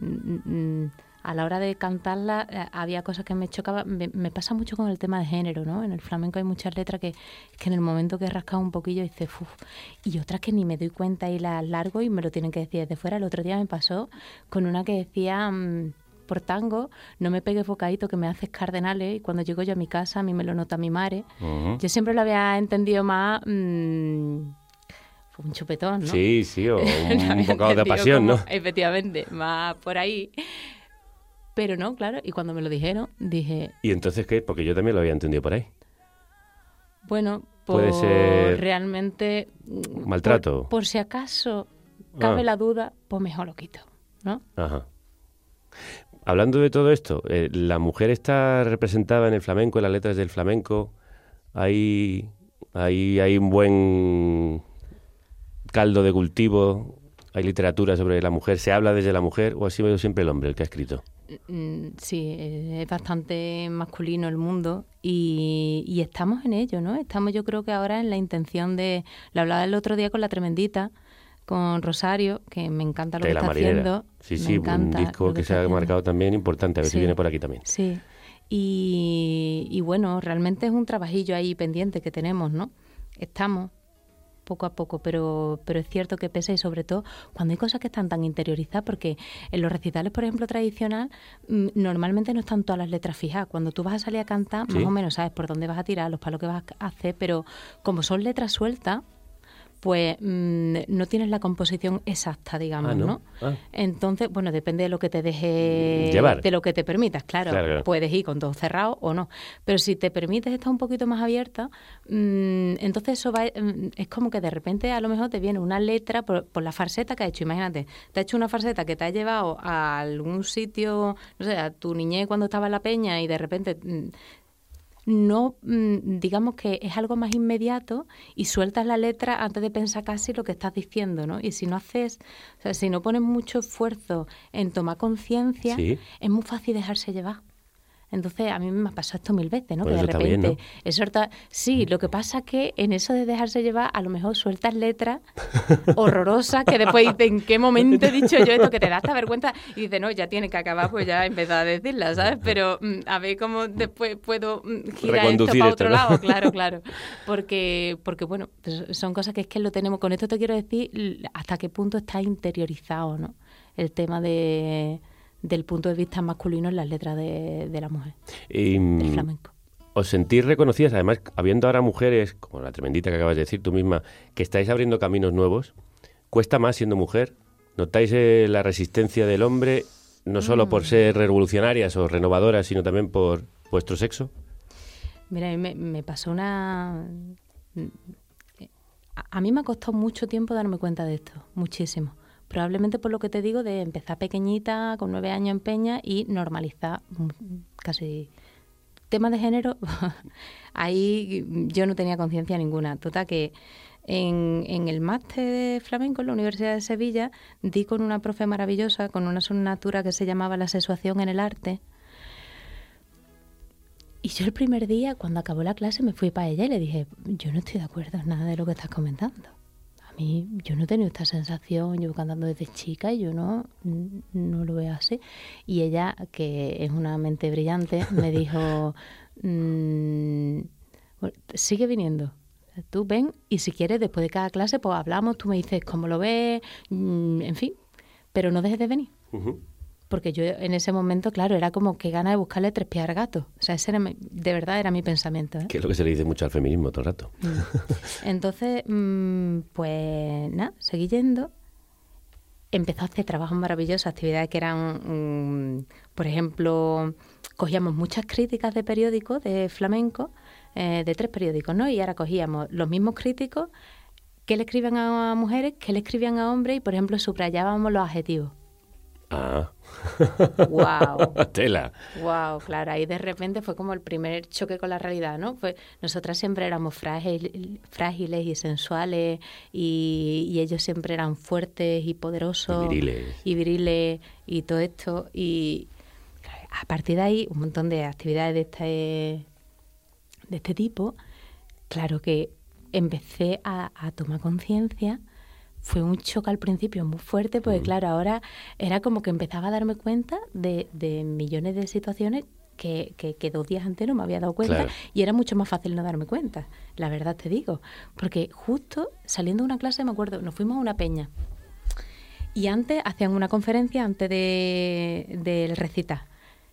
a la hora de cantarla había cosas que me chocaban. Me pasa mucho con el tema de género, ¿no? En el flamenco hay muchas letras que en el momento que he rascado un poquillo dices, uff, y otras que ni me doy cuenta y las largo y me lo tienen que decir desde fuera. El otro día me pasó con una que decía, por tango, no me pegues bocadito que me haces cardenales, y cuando llego yo a mi casa a mí me lo nota mi madre. Uh-huh. Yo siempre lo había entendido más... un chupetón, ¿no? Sí, o un bocado de pasión, como, ¿no? Efectivamente, más por ahí. Pero no, claro, y cuando me lo dijeron, dije... ¿Y entonces qué? Porque yo también lo había entendido por ahí. Bueno, puede ser realmente... maltrato. Por si acaso cabe la duda, pues mejor lo quito, ¿no? Ajá. Hablando de todo esto, ¿la mujer está representada en el flamenco, en las letras del flamenco? ¿Hay un buen caldo de cultivo? ¿Hay literatura sobre la mujer? ¿Se habla desde la mujer o ha sido siempre el hombre el que ha escrito? Sí, es bastante masculino el mundo y estamos en ello, ¿no? Estamos, yo creo que ahora en la intención de... Lo hablaba el otro día con La Tremendita, con Rosario, que me encanta lo que está haciendo. Sí, un disco que se ha marcado también importante, a ver si viene por aquí también. Sí, y bueno, realmente es un trabajillo ahí pendiente que tenemos, ¿no? Estamos poco a poco, pero es cierto que pesa, y sobre todo cuando hay cosas que están tan interiorizadas, porque en los recitales, por ejemplo, tradicional, normalmente no están todas las letras fijas. Cuando tú vas a salir a cantar, más o menos sabes por dónde vas a tirar, los palos que vas a hacer, pero como son letras sueltas, pues no tienes la composición exacta, digamos, ¿no? Entonces, bueno, depende de lo que te deje llevar, de lo que te permitas, claro. Puedes ir con todo cerrado o no. Pero si te permites estar un poquito más abierta, entonces eso va, es como que de repente a lo mejor te viene una letra por la farseta que has hecho. Imagínate, te has hecho una farseta que te ha llevado a algún sitio, no sé, a tu niñez cuando estaba en la peña y de repente... no, digamos que es algo más inmediato y sueltas la letra antes de pensar casi lo que estás diciendo, ¿no? Y si no haces, o sea, si no pones mucho esfuerzo en tomar conciencia, es muy fácil dejarse llevar. Entonces, a mí me ha pasado esto 1000 veces, ¿no? Pues que de repente... Bien, ¿no? Sí, lo que pasa es que en eso de dejarse llevar, a lo mejor sueltas letras horrorosas que después dices, ¿en qué momento he dicho yo esto? Que te da hasta vergüenza y dices, no, ya tiene que acabar, pues ya empezar a decirla, ¿sabes? Pero a ver cómo después puedo girar esto para otro lado. Claro. Porque bueno, pues son cosas que es que lo tenemos. Con esto te quiero decir hasta qué punto está interiorizado, ¿no? El tema del punto de vista masculino en las letras de la mujer, del flamenco. ¿Os sentís reconocidas? Además, habiendo ahora mujeres, como la tremendita que acabas de decir tú misma, que estáis abriendo caminos nuevos, ¿cuesta más siendo mujer? ¿Notáis la resistencia del hombre, no solo por ser revolucionarias o renovadoras, sino también por vuestro sexo? Mira, a mí me pasó una... A mí me ha costado mucho tiempo darme cuenta de esto, muchísimo. Probablemente por lo que te digo de empezar pequeñita, con 9 años en peña y normalizar casi temas de género. Ahí yo no tenía conciencia ninguna. Total que en el máster de flamenco en la Universidad de Sevilla di con una profe maravillosa, con una asignatura que se llamaba la sexuación en el arte. Y yo el primer día, cuando acabó la clase, me fui para ella y le dije, yo no estoy de acuerdo en nada de lo que estás comentando. A mí, yo no he tenido esta sensación, llevo cantando desde chica y yo no lo veo así. Y ella, que es una mente brillante, me dijo, bueno, sigue viniendo. Tú ven y si quieres, después de cada clase, pues hablamos, tú me dices cómo lo ves, en fin, pero no dejes de venir. Porque yo en ese momento, claro, era como que ganas de buscarle 3 pies al gato. O sea, ese era de verdad era mi pensamiento, ¿eh? Que es lo que se le dice mucho al feminismo todo el rato. Entonces, pues nada, seguí yendo. Empezó a hacer trabajos maravillosos, actividades que eran, por ejemplo, cogíamos muchas críticas de periódicos de flamenco, de 3 periódicos, ¿no? Y ahora cogíamos los mismos críticos, qué le escribían a mujeres, qué le escribían a hombres y, por ejemplo, subrayábamos los adjetivos. Ah. Wow. Tela. Wow, claro, ahí de repente fue como el primer choque con la realidad, ¿no? Pues nosotras siempre éramos frágiles y sensuales y ellos siempre eran fuertes y poderosos y viriles y todo esto y a partir de ahí un montón de actividades de este tipo. Claro que empecé a tomar conciencia. Fue un choque al principio muy fuerte porque, claro, ahora era como que empezaba a darme cuenta de millones de situaciones que 2 días antes no me había dado cuenta. Claro. Y era mucho más fácil no darme cuenta, la verdad te digo. Porque justo saliendo de una clase, me acuerdo, nos fuimos a una peña y antes hacían una conferencia antes del recital.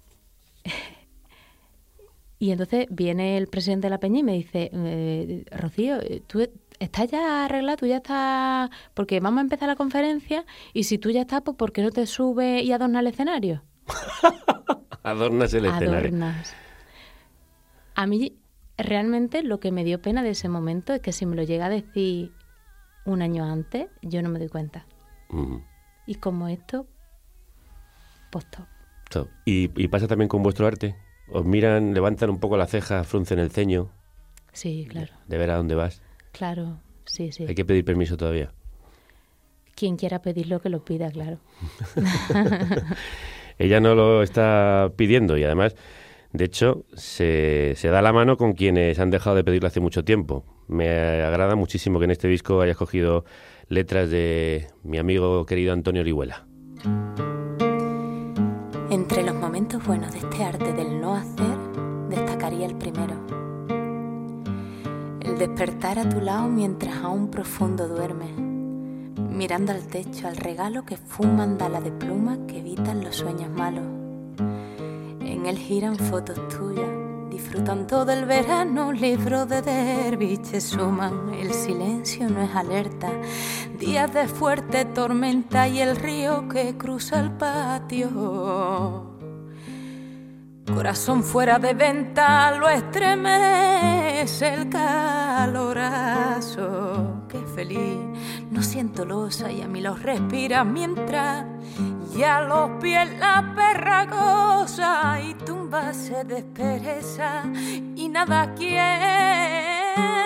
Y entonces viene el presidente de la peña y me dice, Rocío, tú... ¿estás ya arreglada? ¿Tú ya estás...? Porque vamos a empezar la conferencia y si tú ya estás, pues ¿por qué no te subes y adornas el escenario? Adornas el escenario. Adornas. A mí realmente lo que me dio pena de ese momento es que si me lo llega a decir un año antes, yo no me doy cuenta. Y como esto, pues todo. ¿Y pasa también con vuestro arte? ¿Os miran, levantan un poco la ceja, fruncen el ceño? Sí, claro. De ver a dónde vas. Claro, sí. ¿Hay que pedir permiso todavía? Quien quiera pedirlo, que lo pida, claro. Ella no lo está pidiendo y además, de hecho, se da la mano con quienes han dejado de pedirlo hace mucho tiempo. Me agrada muchísimo que en este disco hayas cogido letras de mi amigo querido Antonio Orihuela. Entre los momentos buenos de este arte del no hacer, destacaría el primero. El despertar a tu lado mientras aún profundo duermes, mirando al techo, al regalo que fuman mandala de plumas que evitan los sueños malos. En él giran fotos tuyas, disfrutando del verano, libro de derviches suman, el silencio no es alerta, días de fuerte tormenta y el río que cruza el patio. Corazón fuera de venta, lo estremece el calorazo. Qué feliz, no siento losa y a mí los respira mientras ya los pies la perra goza y tumba se despereza y nada quiebra.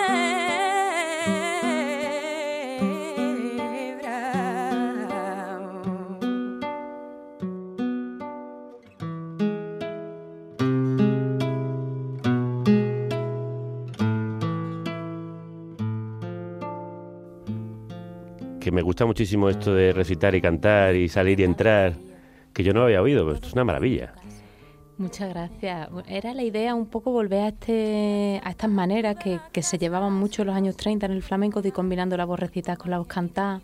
Que me gusta muchísimo esto de recitar y cantar y salir y entrar, que yo no lo había oído, pero esto es una maravilla. Muchas gracias. Era la idea un poco volver a estas maneras que se llevaban mucho en los años 30 en el flamenco, de ir combinando la voz recitada con la voz cantada,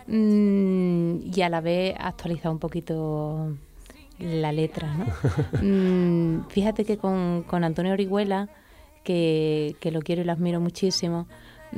y a la vez actualizar un poquito la letra, ¿no? Fíjate que con Antonio Orihuela, que lo quiero y lo admiro muchísimo,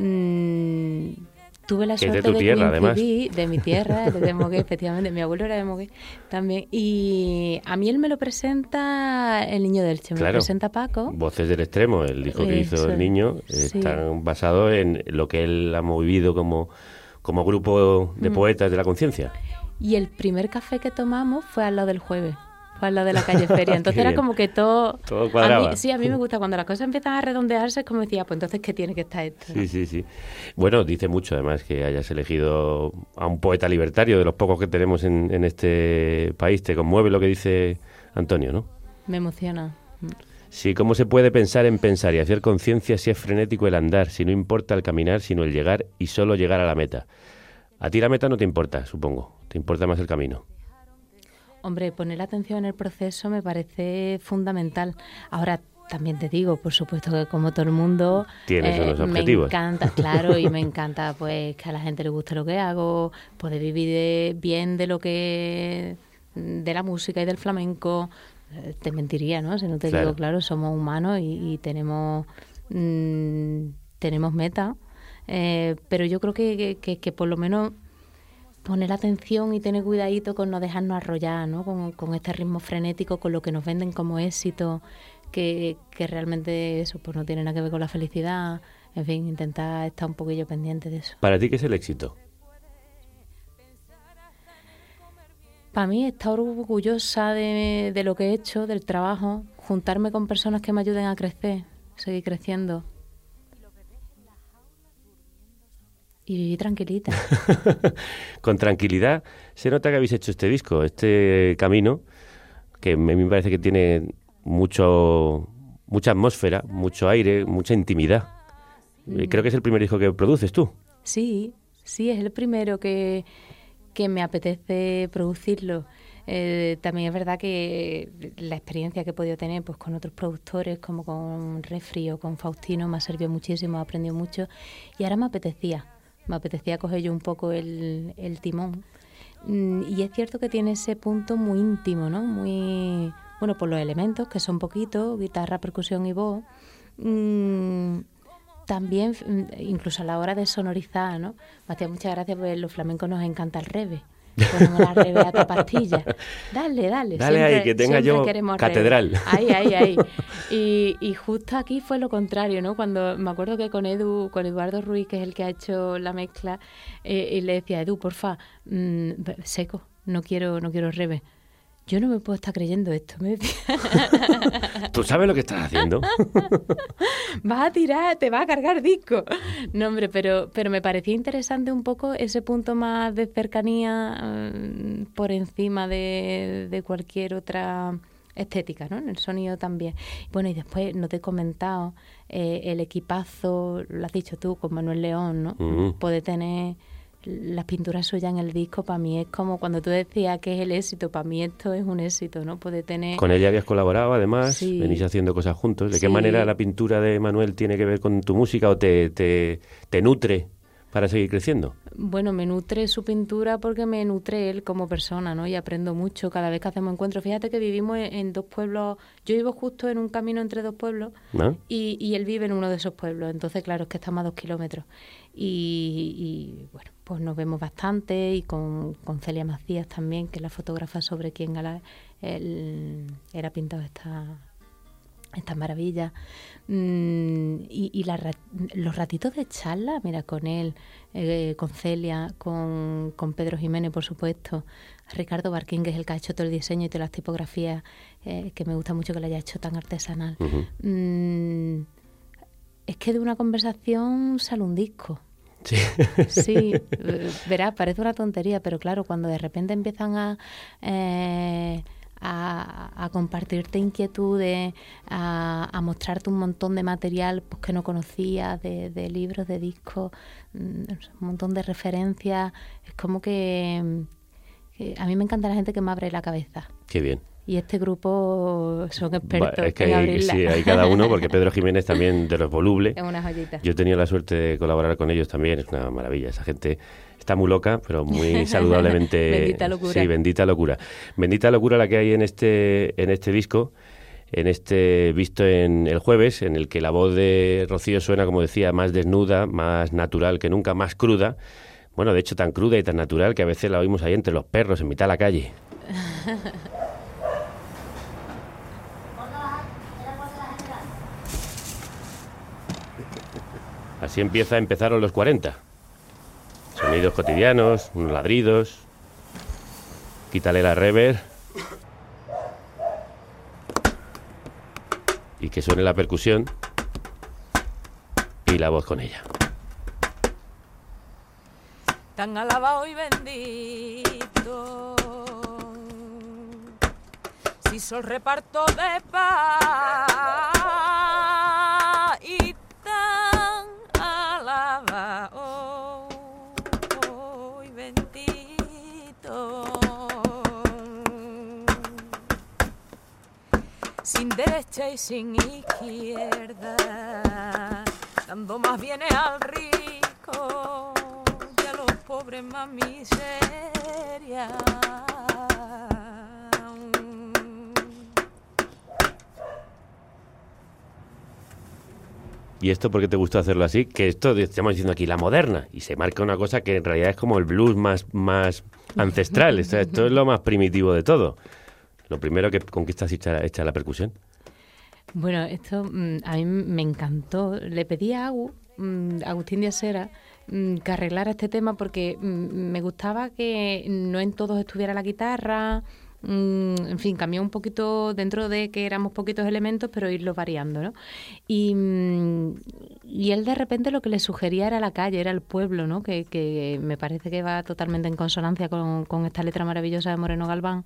tuve la suerte de coincidir, de mi tierra, de Mogué, efectivamente, mi abuelo era de Mogué también, y a mí él me lo presenta El Niño de Elche, me lo presenta Paco. Voces del Extremo, el disco que hizo El Niño, están basados en lo que él ha movido como grupo de poetas de la conciencia. Y el primer café que tomamos fue al lado del Jueves, fue al lado de la calle Feria, entonces era como que todo cuadraba. A mí me gusta cuando las cosas empiezan a redondearse, es como decía, pues entonces ¿qué tiene que estar esto? ¿No? Sí. Bueno, dice mucho además que hayas elegido a un poeta libertario, de los pocos que tenemos en este país. Te conmueve lo que dice Antonio, ¿no? Me emociona. Sí, ¿cómo se puede pensar en pensar y hacer conciencia si es frenético el andar, si no importa el caminar, sino el llegar y solo llegar a la meta? A ti la meta no te importa, supongo, te importa más el camino. Hombre, poner atención en el proceso me parece fundamental. Ahora, también te digo, por supuesto que como todo el mundo... Tienes unos objetivos. Me encanta, claro, y me encanta pues que a la gente le guste lo que hago, poder vivir bien de la música y del flamenco. Te mentiría, ¿no? Si no te digo, claro, somos humanos y tenemos metas, pero yo creo que por lo menos poner atención y tener cuidadito con no dejarnos arrollar, ¿no? Con este ritmo frenético, con lo que nos venden como éxito, que realmente eso pues no tiene nada que ver con la felicidad. En fin, intentar estar un poquillo pendiente de eso. ¿Para ti qué es el éxito? Para mí, estar orgullosa de lo que he hecho, del trabajo, juntarme con personas que me ayuden a crecer, seguir creciendo. Y vivir tranquilita. Con tranquilidad se nota que habéis hecho este disco, este camino, que a mí me parece que tiene mucha atmósfera, mucho aire, mucha intimidad. Creo que es el primer disco que produces tú. Sí, es el primero que me apetece producirlo. También es verdad que la experiencia que he podido tener pues con otros productores, como con Refri o con Faustino, me ha servido muchísimo, he aprendido mucho, y ahora me apetecía coger yo un poco el timón. Y es cierto que tiene ese punto muy íntimo, ¿no? Muy, bueno, por los elementos, que son poquitos, guitarra, percusión y voz. También, incluso a la hora de sonorizar, ¿no? Matías, muchas gracias, porque los flamencos nos encanta el rebe. Ponemos la rebe a tu pastilla. Dale. Dale ahí, que tenga yo catedral. Ahí. Y justo aquí fue lo contrario, ¿no? Cuando me acuerdo que con Eduardo Ruiz, que es el que ha hecho la mezcla, y le decía, Edu, porfa, seco, no quiero rebe. Yo no me puedo estar creyendo esto, me decía. ¿Tú sabes lo que estás haciendo? Vas a tirar, te vas a cargar disco. No, hombre, pero me parecía interesante un poco ese punto más de cercanía por encima de cualquier otra estética, ¿no? En el sonido también. Bueno, y después, no te he comentado, el equipazo, lo has dicho tú, con Manuel León, ¿no? Puede tener... Las pinturas suyas en el disco, para mí es como cuando tú decías que es el éxito, para mí esto es un éxito, ¿no? Puede tener... Con ella habías colaborado, además, venís haciendo cosas juntos. ¿De qué manera la pintura de Manuel tiene que ver con tu música o te nutre para seguir creciendo? Bueno, me nutre su pintura porque me nutre él como persona, ¿no? Y aprendo mucho cada vez que hacemos encuentros. Fíjate que vivimos en 2 pueblos. Yo vivo justo en un camino entre 2 pueblos, ¿no? y él vive en uno de esos pueblos. Entonces, claro, es que estamos a 2 kilómetros. Y bueno, pues nos vemos bastante, y con Celia Macías también, que es la fotógrafa sobre quien él era pintado estas maravillas. Y los ratitos de charla, mira, con él, con Celia, con Pedro Jiménez, por supuesto, Ricardo Barquín, que es el que ha hecho todo el diseño y todas las tipografías, que me gusta mucho que lo haya hecho tan artesanal. Es que de una conversación sale un disco. Sí. Sí, verás, parece una tontería, pero claro, cuando de repente empiezan a compartirte inquietudes, a mostrarte un montón de material pues, que no conocías, de libros, de discos, un montón de referencias. Es como que a mí me encanta la gente que me abre la cabeza. Qué bien. Y este grupo son expertos es que en abrirla. Sí, hay cada uno, porque Pedro Jiménez también, de los volubles. Es una joyita. Yo he tenido la suerte de colaborar con ellos también, es una maravilla. Esa gente está muy loca, pero muy saludablemente... Bendita locura. Sí, bendita locura. Bendita locura la que hay en este disco, visto en el jueves, en el que la voz de Rocío suena, como decía, más desnuda, más natural que nunca, más cruda. Bueno, de hecho, tan cruda y tan natural que a veces la oímos ahí entre los perros, en mitad de la calle. Así empezaron los 40. Sonidos cotidianos, unos ladridos. Quítale la reverb. Y que suene la percusión. Y la voz con ella. Tan alabado y bendito, si sol reparto de paz, y tan alabado y bendito, sin derecha y sin izquierda, dando más bienes al rico, pobre más miseria. ¿Y esto por qué te gustó hacerlo así? Que esto estamos diciendo aquí, la moderna, y se marca una cosa que en realidad es como el blues más ancestral. O sea, esto es lo más primitivo de todo. Lo primero que conquistas hecha la percusión. Bueno, esto a mí me encantó. Le pedí a Agustín Díaz Sera, que arreglara este tema porque me gustaba que no en todos estuviera la guitarra, en fin, cambió un poquito dentro de que éramos poquitos elementos, pero irlo variando, ¿no? Y él de repente lo que le sugería era la calle, era el pueblo, ¿no? Que me parece que va totalmente en consonancia con esta letra maravillosa de Moreno Galván.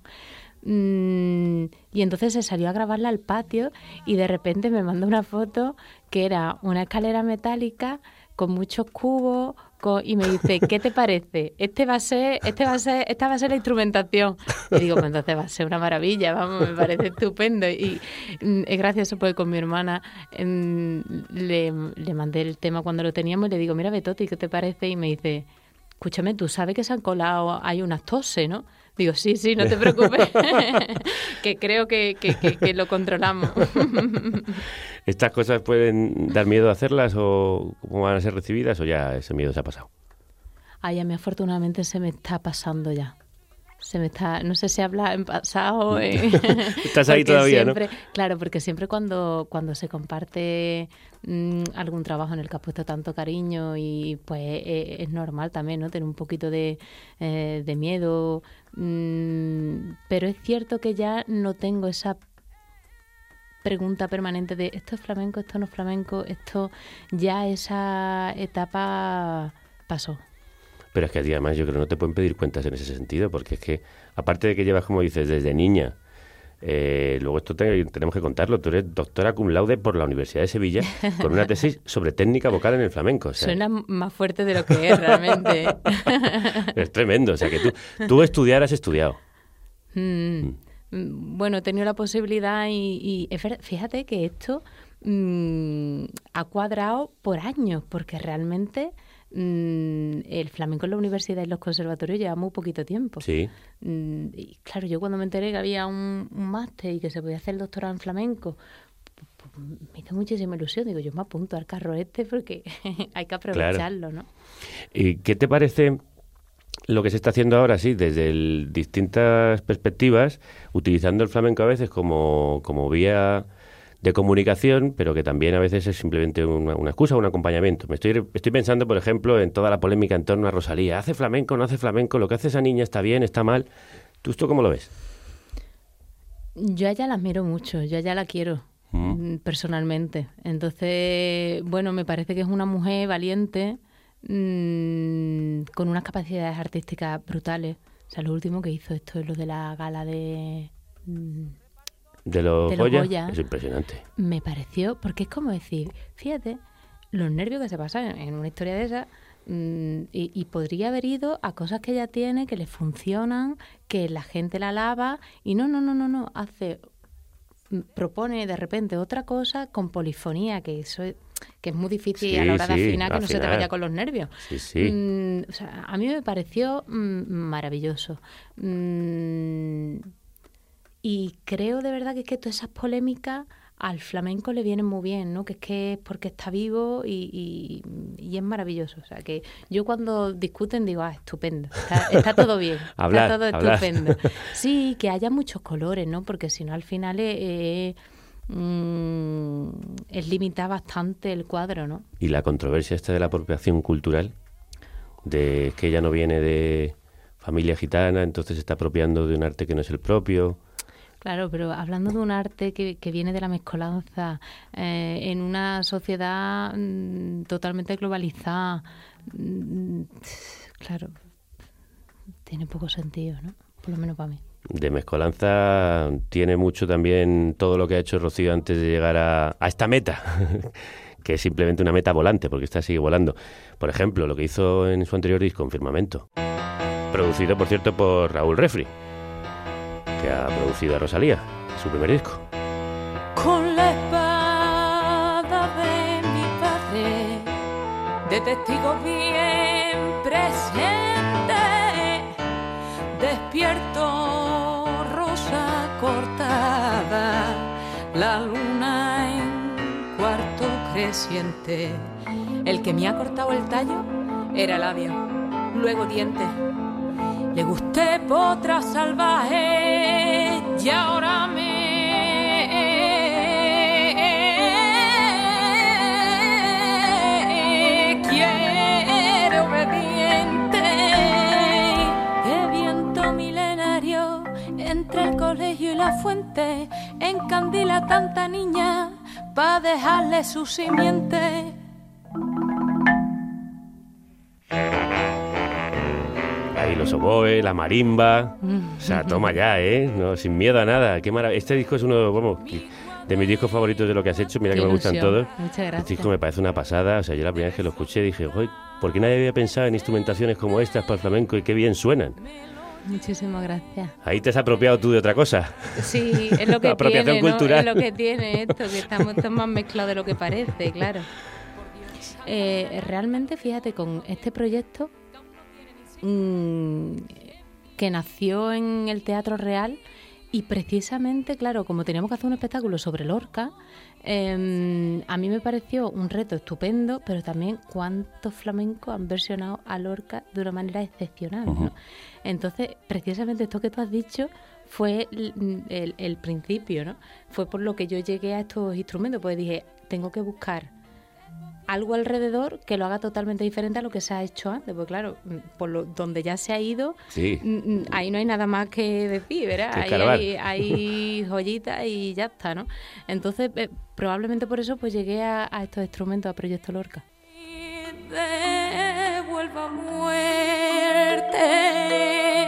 Y entonces se salió a grabarla al patio y de repente me mandó una foto que era una escalera metálica con muchos cubos, y me dice, ¿qué te parece? Esta va a ser la instrumentación. Y digo, pues entonces va a ser una maravilla, vamos, me parece estupendo. Y es gracioso porque con mi hermana le mandé el tema cuando lo teníamos y le digo, mira, Betoti, ¿qué te parece? Y me dice, escúchame, tú sabes que se han colado, hay unas toses, ¿no? Digo, sí, no te preocupes, que creo que lo controlamos. ¿Estas cosas pueden dar miedo a hacerlas o cómo van a ser recibidas o ya ese miedo se ha pasado? Ay, a mí afortunadamente se me está pasando ya. No sé si habla en pasado. Estás ahí todavía, siempre, ¿no? Claro, porque siempre cuando se comparte algún trabajo en el que has puesto tanto cariño y pues es normal también, ¿no? Tener un poquito de miedo. Pero es cierto que ya no tengo esa pregunta permanente de esto es flamenco, esto no es flamenco, esto ya esa etapa pasó. Pero es que además yo creo que no te pueden pedir cuentas en ese sentido, porque es que, aparte de que llevas, como dices, desde niña, luego esto tenemos que contarlo, tú eres doctora cum laude por la Universidad de Sevilla, con una tesis sobre técnica vocal en el flamenco. O sea, suena más fuerte de lo que es realmente. Es tremendo, o sea que tú estudiar has estudiado. Bueno, he tenido la posibilidad y fíjate que esto ha cuadrado por años, porque realmente el flamenco en la universidad y los conservatorios lleva muy poquito tiempo. Sí. Y claro, yo cuando me enteré que había un máster y que se podía hacer el doctorado en flamenco, pues me hizo muchísima ilusión. Digo, yo me apunto al carro porque hay que aprovecharlo, ¿no? ¿Y qué te parece lo que se está haciendo ahora, sí, desde distintas perspectivas, utilizando el flamenco a veces como vía de comunicación, pero que también a veces es simplemente una excusa o un acompañamiento? Estoy pensando, por ejemplo, en toda la polémica en torno a Rosalía. ¿Hace flamenco, no hace flamenco? ¿Lo que hace esa niña está bien, está mal? ¿Tú esto cómo lo ves? Yo a ella la admiro mucho, yo a ella la quiero personalmente. Entonces, bueno, me parece que es una mujer valiente, con unas capacidades artísticas brutales. O sea, lo último que hizo esto es lo de la gala de los Goya. Es impresionante. Me pareció, porque es como decir, fíjate, los nervios que se pasan en una historia de esa, y podría haber ido a cosas que ella tiene, que le funcionan, que la gente la alaba, y no, propone de repente otra cosa con polifonía, que eso es muy difícil a la hora de afinar, que no se te vaya con los nervios. Sí. O sea, a mí me pareció maravilloso. Y creo de verdad que es que todas esas polémicas al flamenco le vienen muy bien, ¿no? Que es porque está vivo y es maravilloso. O sea, que yo cuando discuten digo, estupendo, está todo bien, está todo estupendo. Sí, que haya muchos colores, ¿no? Porque si no al final es limitar bastante el cuadro, ¿no? Y la controversia esta de la apropiación cultural, de que ella no viene de familia gitana, entonces se está apropiando de un arte que no es el propio. Claro, pero hablando de un arte que viene de la mezcolanza, en una sociedad totalmente globalizada, claro, tiene poco sentido, ¿no? Por lo menos para mí. De mezcolanza tiene mucho también todo lo que ha hecho Rocío antes de llegar a esta meta, que es simplemente una meta volante, porque esta sigue volando. Por ejemplo, lo que hizo en su anterior disco, en Firmamento, producido, por cierto, por Raúl Refri, que ha producido a Rosalía, su primer disco. Con la espada de mi padre, de testigo bien presente, despierto, rosa cortada, la luna en cuarto creciente. El que me ha cortado el tallo era labio, luego diente. Le gusté potra salvaje y ahora me quiere obediente. Qué viento milenario entre el colegio y la fuente encandila a tanta niña pa' dejarle su simiente. Ahí los oboes, la marimba, o sea, toma ya, no, sin miedo a nada. Qué maravilla. Este disco es uno, de mis discos favoritos de lo que has hecho. Mira, qué que me gustan todos. Muchas gracias. Este disco me parece una pasada. O sea, yo la primera vez que lo escuché dije, ¿por qué nadie había pensado en instrumentaciones como estas para el flamenco y qué bien suenan? Muchísimas gracias. Ahí te has apropiado tú de otra cosa. Sí, es lo que apropiación tiene, cultural. ¿no? Es lo que tiene esto, que estamos más mezclados de lo que parece, claro. Realmente, fíjate, con este proyecto que nació en el Teatro Real, y precisamente, claro, como teníamos que hacer un espectáculo sobre Lorca, a mí me pareció un reto estupendo, pero también cuántos flamencos han versionado a Lorca de una manera excepcional, ¿no? Entonces, precisamente esto que tú has dicho fue el principio, ¿no? Fue por lo que yo llegué a estos instrumentos, pues dije, tengo que buscar algo alrededor que lo haga totalmente diferente a lo que se ha hecho antes, porque claro, donde ya se ha ido, sí, ahí no hay nada más que decir, ¿verdad? Ahí hay joyitas y ya está, ¿no? Entonces, probablemente por eso pues llegué a estos instrumentos, a Proyecto Lorca. Devuelva muerte.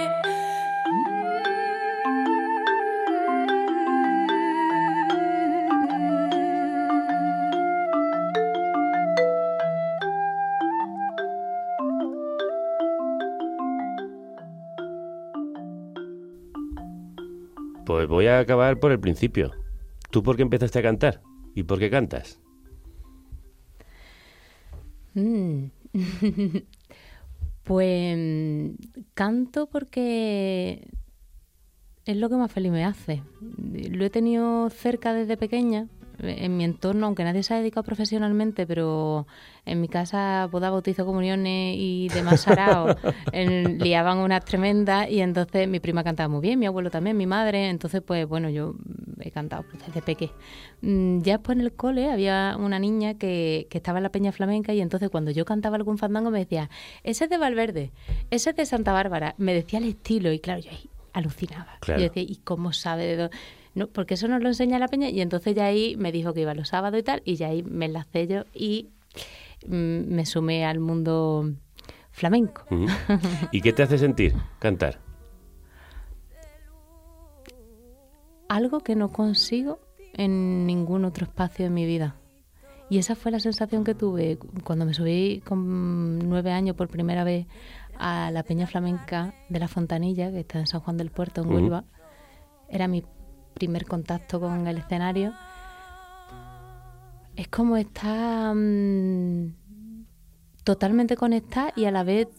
Pues voy a acabar por el principio. ¿Tú por qué empezaste a cantar? ¿Y por qué cantas? Pues canto porque es lo que más feliz me hace. Lo he tenido cerca desde pequeña, en mi entorno, aunque nadie se ha dedicado profesionalmente, pero en mi casa boda, bautizo, comuniones y demás saraos liaban unas tremendas, y entonces mi prima cantaba muy bien, mi abuelo también, mi madre, entonces pues bueno, yo he cantado desde pequeña. Ya después en el cole había una niña que estaba en la peña flamenca, y entonces cuando yo cantaba algún fandango me decía, ese es de Valverde, ese es de Santa Bárbara, me decía el estilo, y claro, yo ahí alucinaba. Claro. Yo decía, ¿y cómo sabe de dónde? No, porque eso nos lo enseña la peña, y entonces ya ahí me dijo que iba los sábados y tal, y ya ahí me enlacé yo y me sumé al mundo flamenco. Uh-huh. ¿Y qué te hace sentir cantar? Algo que no consigo en ningún otro espacio de mi vida. Y esa fue la sensación que tuve cuando me subí con 9 años por primera vez a la peña flamenca de La Fontanilla, que está en San Juan del Puerto, en Huelva. Era mi primer contacto con el escenario. Es como estar totalmente conectada y a la vez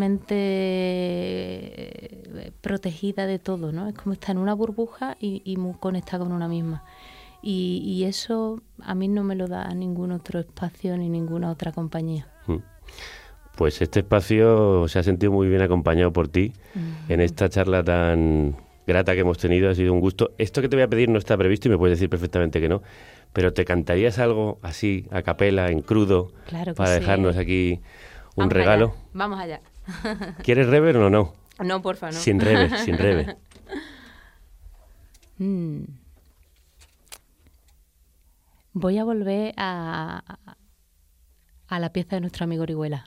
totalmente protegida de todo, ¿no? Es como estar en una burbuja y muy conectada con una misma. Y eso a mí no me lo da ningún otro espacio ni ninguna otra compañía. Pues este espacio se ha sentido muy bien acompañado por ti en esta charla tan grata que hemos tenido. Ha sido un gusto. Esto que te voy a pedir no está previsto y me puedes decir perfectamente que no, pero ¿te cantarías algo así, a capela, en crudo, claro que para dejarnos aquí un regalo? Vamos allá. ¿Quieres rever o no? No, porfa, no. Sin rever, sin rever. Voy a volver a la pieza de nuestro amigo Orihuela.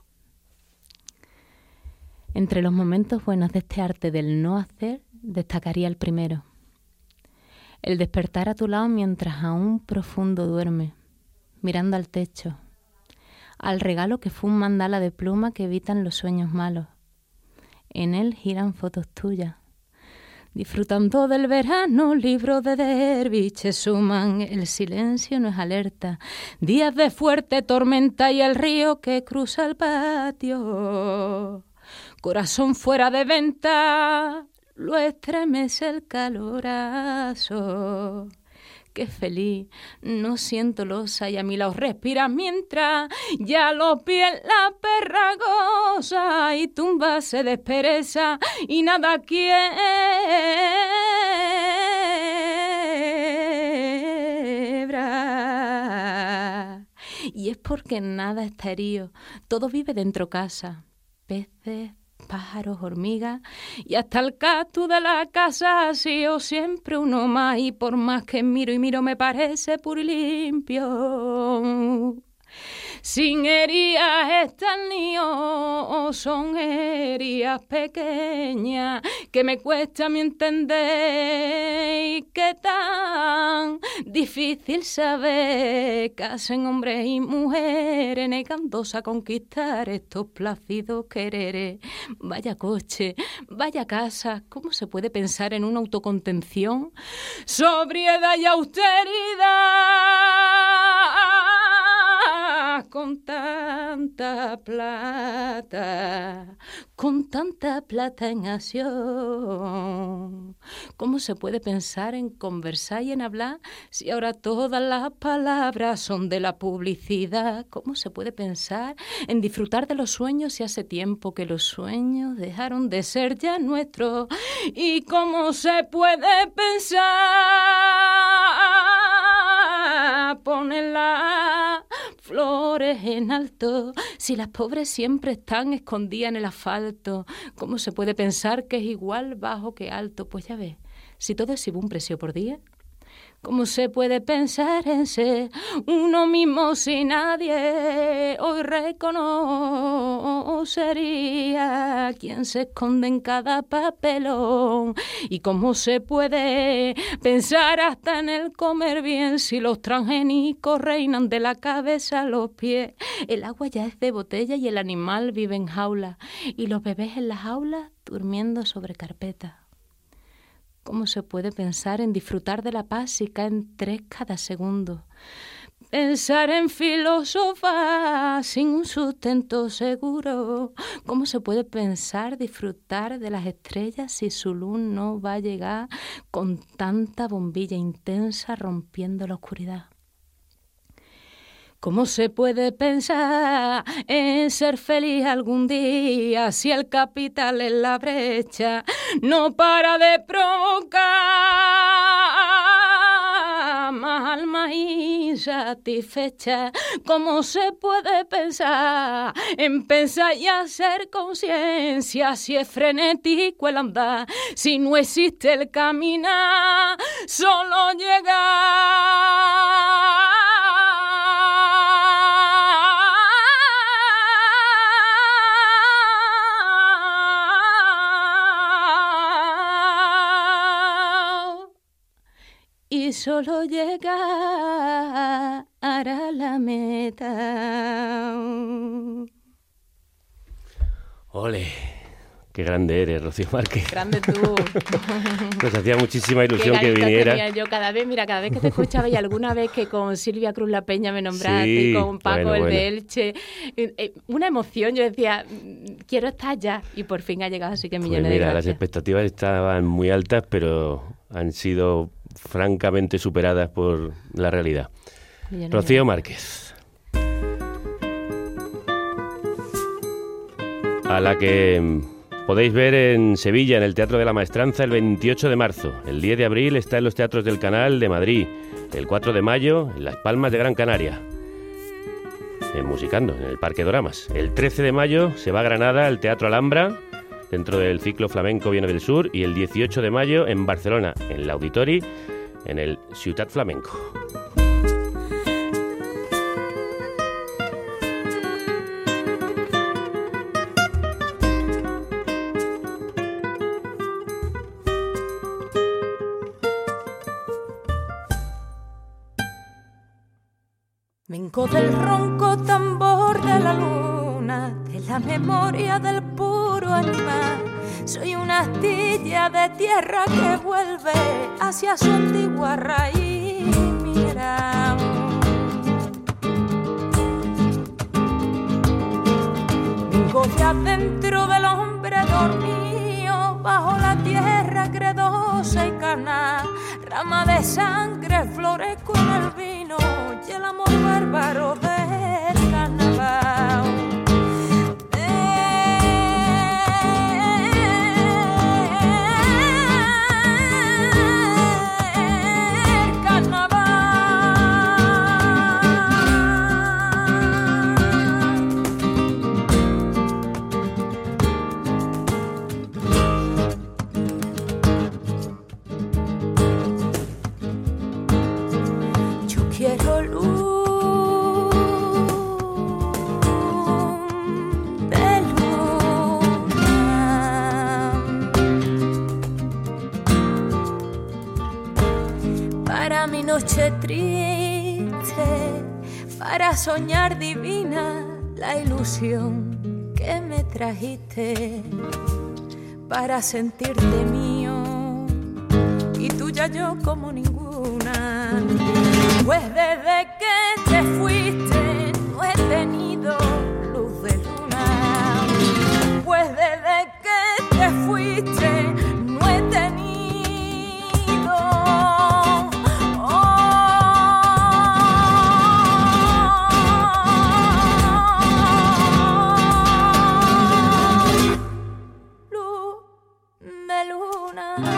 Entre los momentos buenos de este arte del no hacer, destacaría el primero. El despertar a tu lado mientras aún profundo duerme, mirando al techo, al regalo que fue un mandala de pluma que evitan los sueños malos. En él giran fotos tuyas. Disfrutando del verano, libros de Derviche suman, el silencio no es alerta. Días de fuerte tormenta y el río que cruza el patio. Corazón fuera de venta, lo estremece el calorazo. Qué feliz, no siento losa y a mi lado respira mientras ya los pies la perra goza y tumba se despereza y nada quiebra. Y es porque nada está herido, todo vive dentro casa, peces, pájaros, hormigas y hasta el cactus de la casa ha sido siempre uno más y por más que miro y miro me parece puro y limpio. Sin heridas están niños, son heridas pequeñas que me cuesta a mí entender y que tan difícil saber que hacen hombres y mujeres negándose a conquistar estos plácidos quereres. Vaya coche, vaya casa, ¿cómo se puede pensar en una autocontención? Sobriedad y austeridad con tanta plata en acción. ¿Cómo se puede pensar en conversar y en hablar si ahora todas las palabras son de la publicidad? ¿Cómo se puede pensar en disfrutar de los sueños si hace tiempo que los sueños dejaron de ser ya nuestros? ¿Y cómo se puede pensar poner las flores en alto si las pobres siempre están escondidas en el asfalto? ¿Cómo se puede pensar que es igual bajo que alto? Pues ya ves, si todo es un precio por día, ¿cómo se puede pensar en ser uno mismo si nadie hoy reconocería a quien se esconde en cada papelón? ¿Y cómo se puede pensar hasta en el comer bien si los transgénicos reinan de la cabeza a los pies? El agua ya es de botella y el animal vive en jaula y los bebés en las jaulas durmiendo sobre carpetas. ¿Cómo se puede pensar en disfrutar de la paz si caen 3 cada segundo? Pensar en filosofar sin un sustento seguro. ¿Cómo se puede pensar, disfrutar de las estrellas si su luz no va a llegar con tanta bombilla intensa rompiendo la oscuridad? ¿Cómo se puede pensar en ser feliz algún día si el capital en la brecha no para de provocar más almas insatisfechas? ¿Cómo se puede pensar en pensar y hacer conciencia si es frenético el andar, si no existe el caminar, solo llegar? Y solo llegar a la meta. ¡Ole! ¡Qué grande eres, Rocío Márquez! Grande tú. Nos hacía muchísima ilusión que viniera. Yo cada vez que te escuchaba y alguna vez que con Silvia Cruz La Peña me nombraste y con Paco de Elche, una emoción. Yo decía, quiero estar ya, y por fin ha llegado, así que millones de gracias. Las expectativas estaban muy altas, pero han sido francamente superadas por la realidad. Rocío Márquez, a la que podéis ver en Sevilla, en el Teatro de la Maestranza, el 28 de marzo. El 10 de abril está en los Teatros del Canal de Madrid. El 4 de mayo en Las Palmas de Gran Canaria, en Musicando, en el Parque Doramas. El 13 de mayo se va a Granada, al Teatro Alhambra, dentro del ciclo Flamenco Viene del Sur. Y el 18 de mayo en Barcelona, en el Auditori, en el Ciutat Flamenco. Vengo del ronco tambor de la luna, de la memoria del puro animal. Soy una astilla de tierra que vuelve hacia su antigua raíz. Mira, vengo de adentro del hombre dormido, bajo la tierra credosa y carnal. Rama de sangre, flores con el vino y el amor bárbaro del carnaval. Quiero luz de luna para mi noche triste, para soñar divina la ilusión que me trajiste, para sentirte mío y tuya yo como ninguna. Pues desde que te fuiste no he tenido luz de luna. Pues desde que te fuiste no he tenido luz de luna.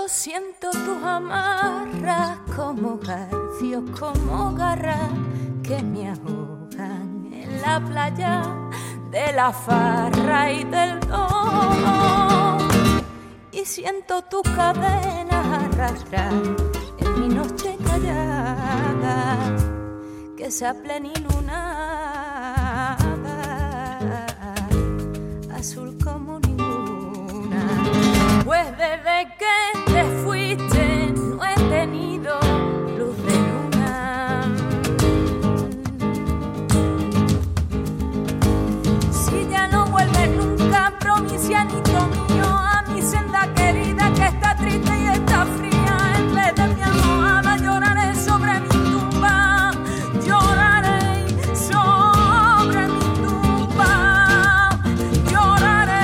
Yo siento tus amarras como garfios, como garras que me ahogan en la playa de la farra y del domo. Y siento tus cadenas arrastrar en mi noche callada, que sea plenilunada, azul como ninguna. Pues desde que te fuiste no he tenido luz de luna. Si ya no vuelves nunca, provincianito mío, a mi senda querida que está triste y está fría, en vez de mi almohada lloraré sobre mi tumba, lloraré sobre mi tumba, lloraré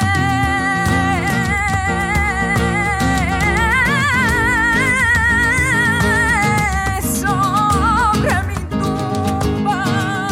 sobre mi tumba.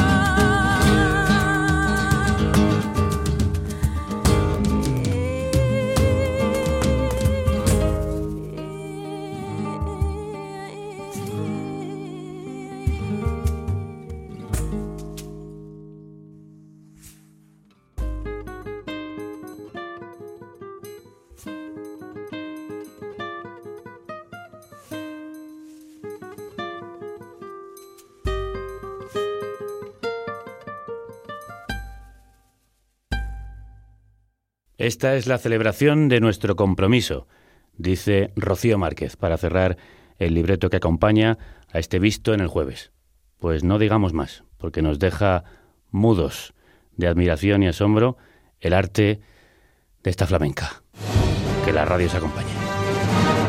Esta es la celebración de nuestro compromiso, dice Rocío Márquez, para cerrar el libreto que acompaña a este visto en el jueves. Pues no digamos más, porque nos deja mudos de admiración y asombro el arte de esta flamenca. Que la radio se acompañe.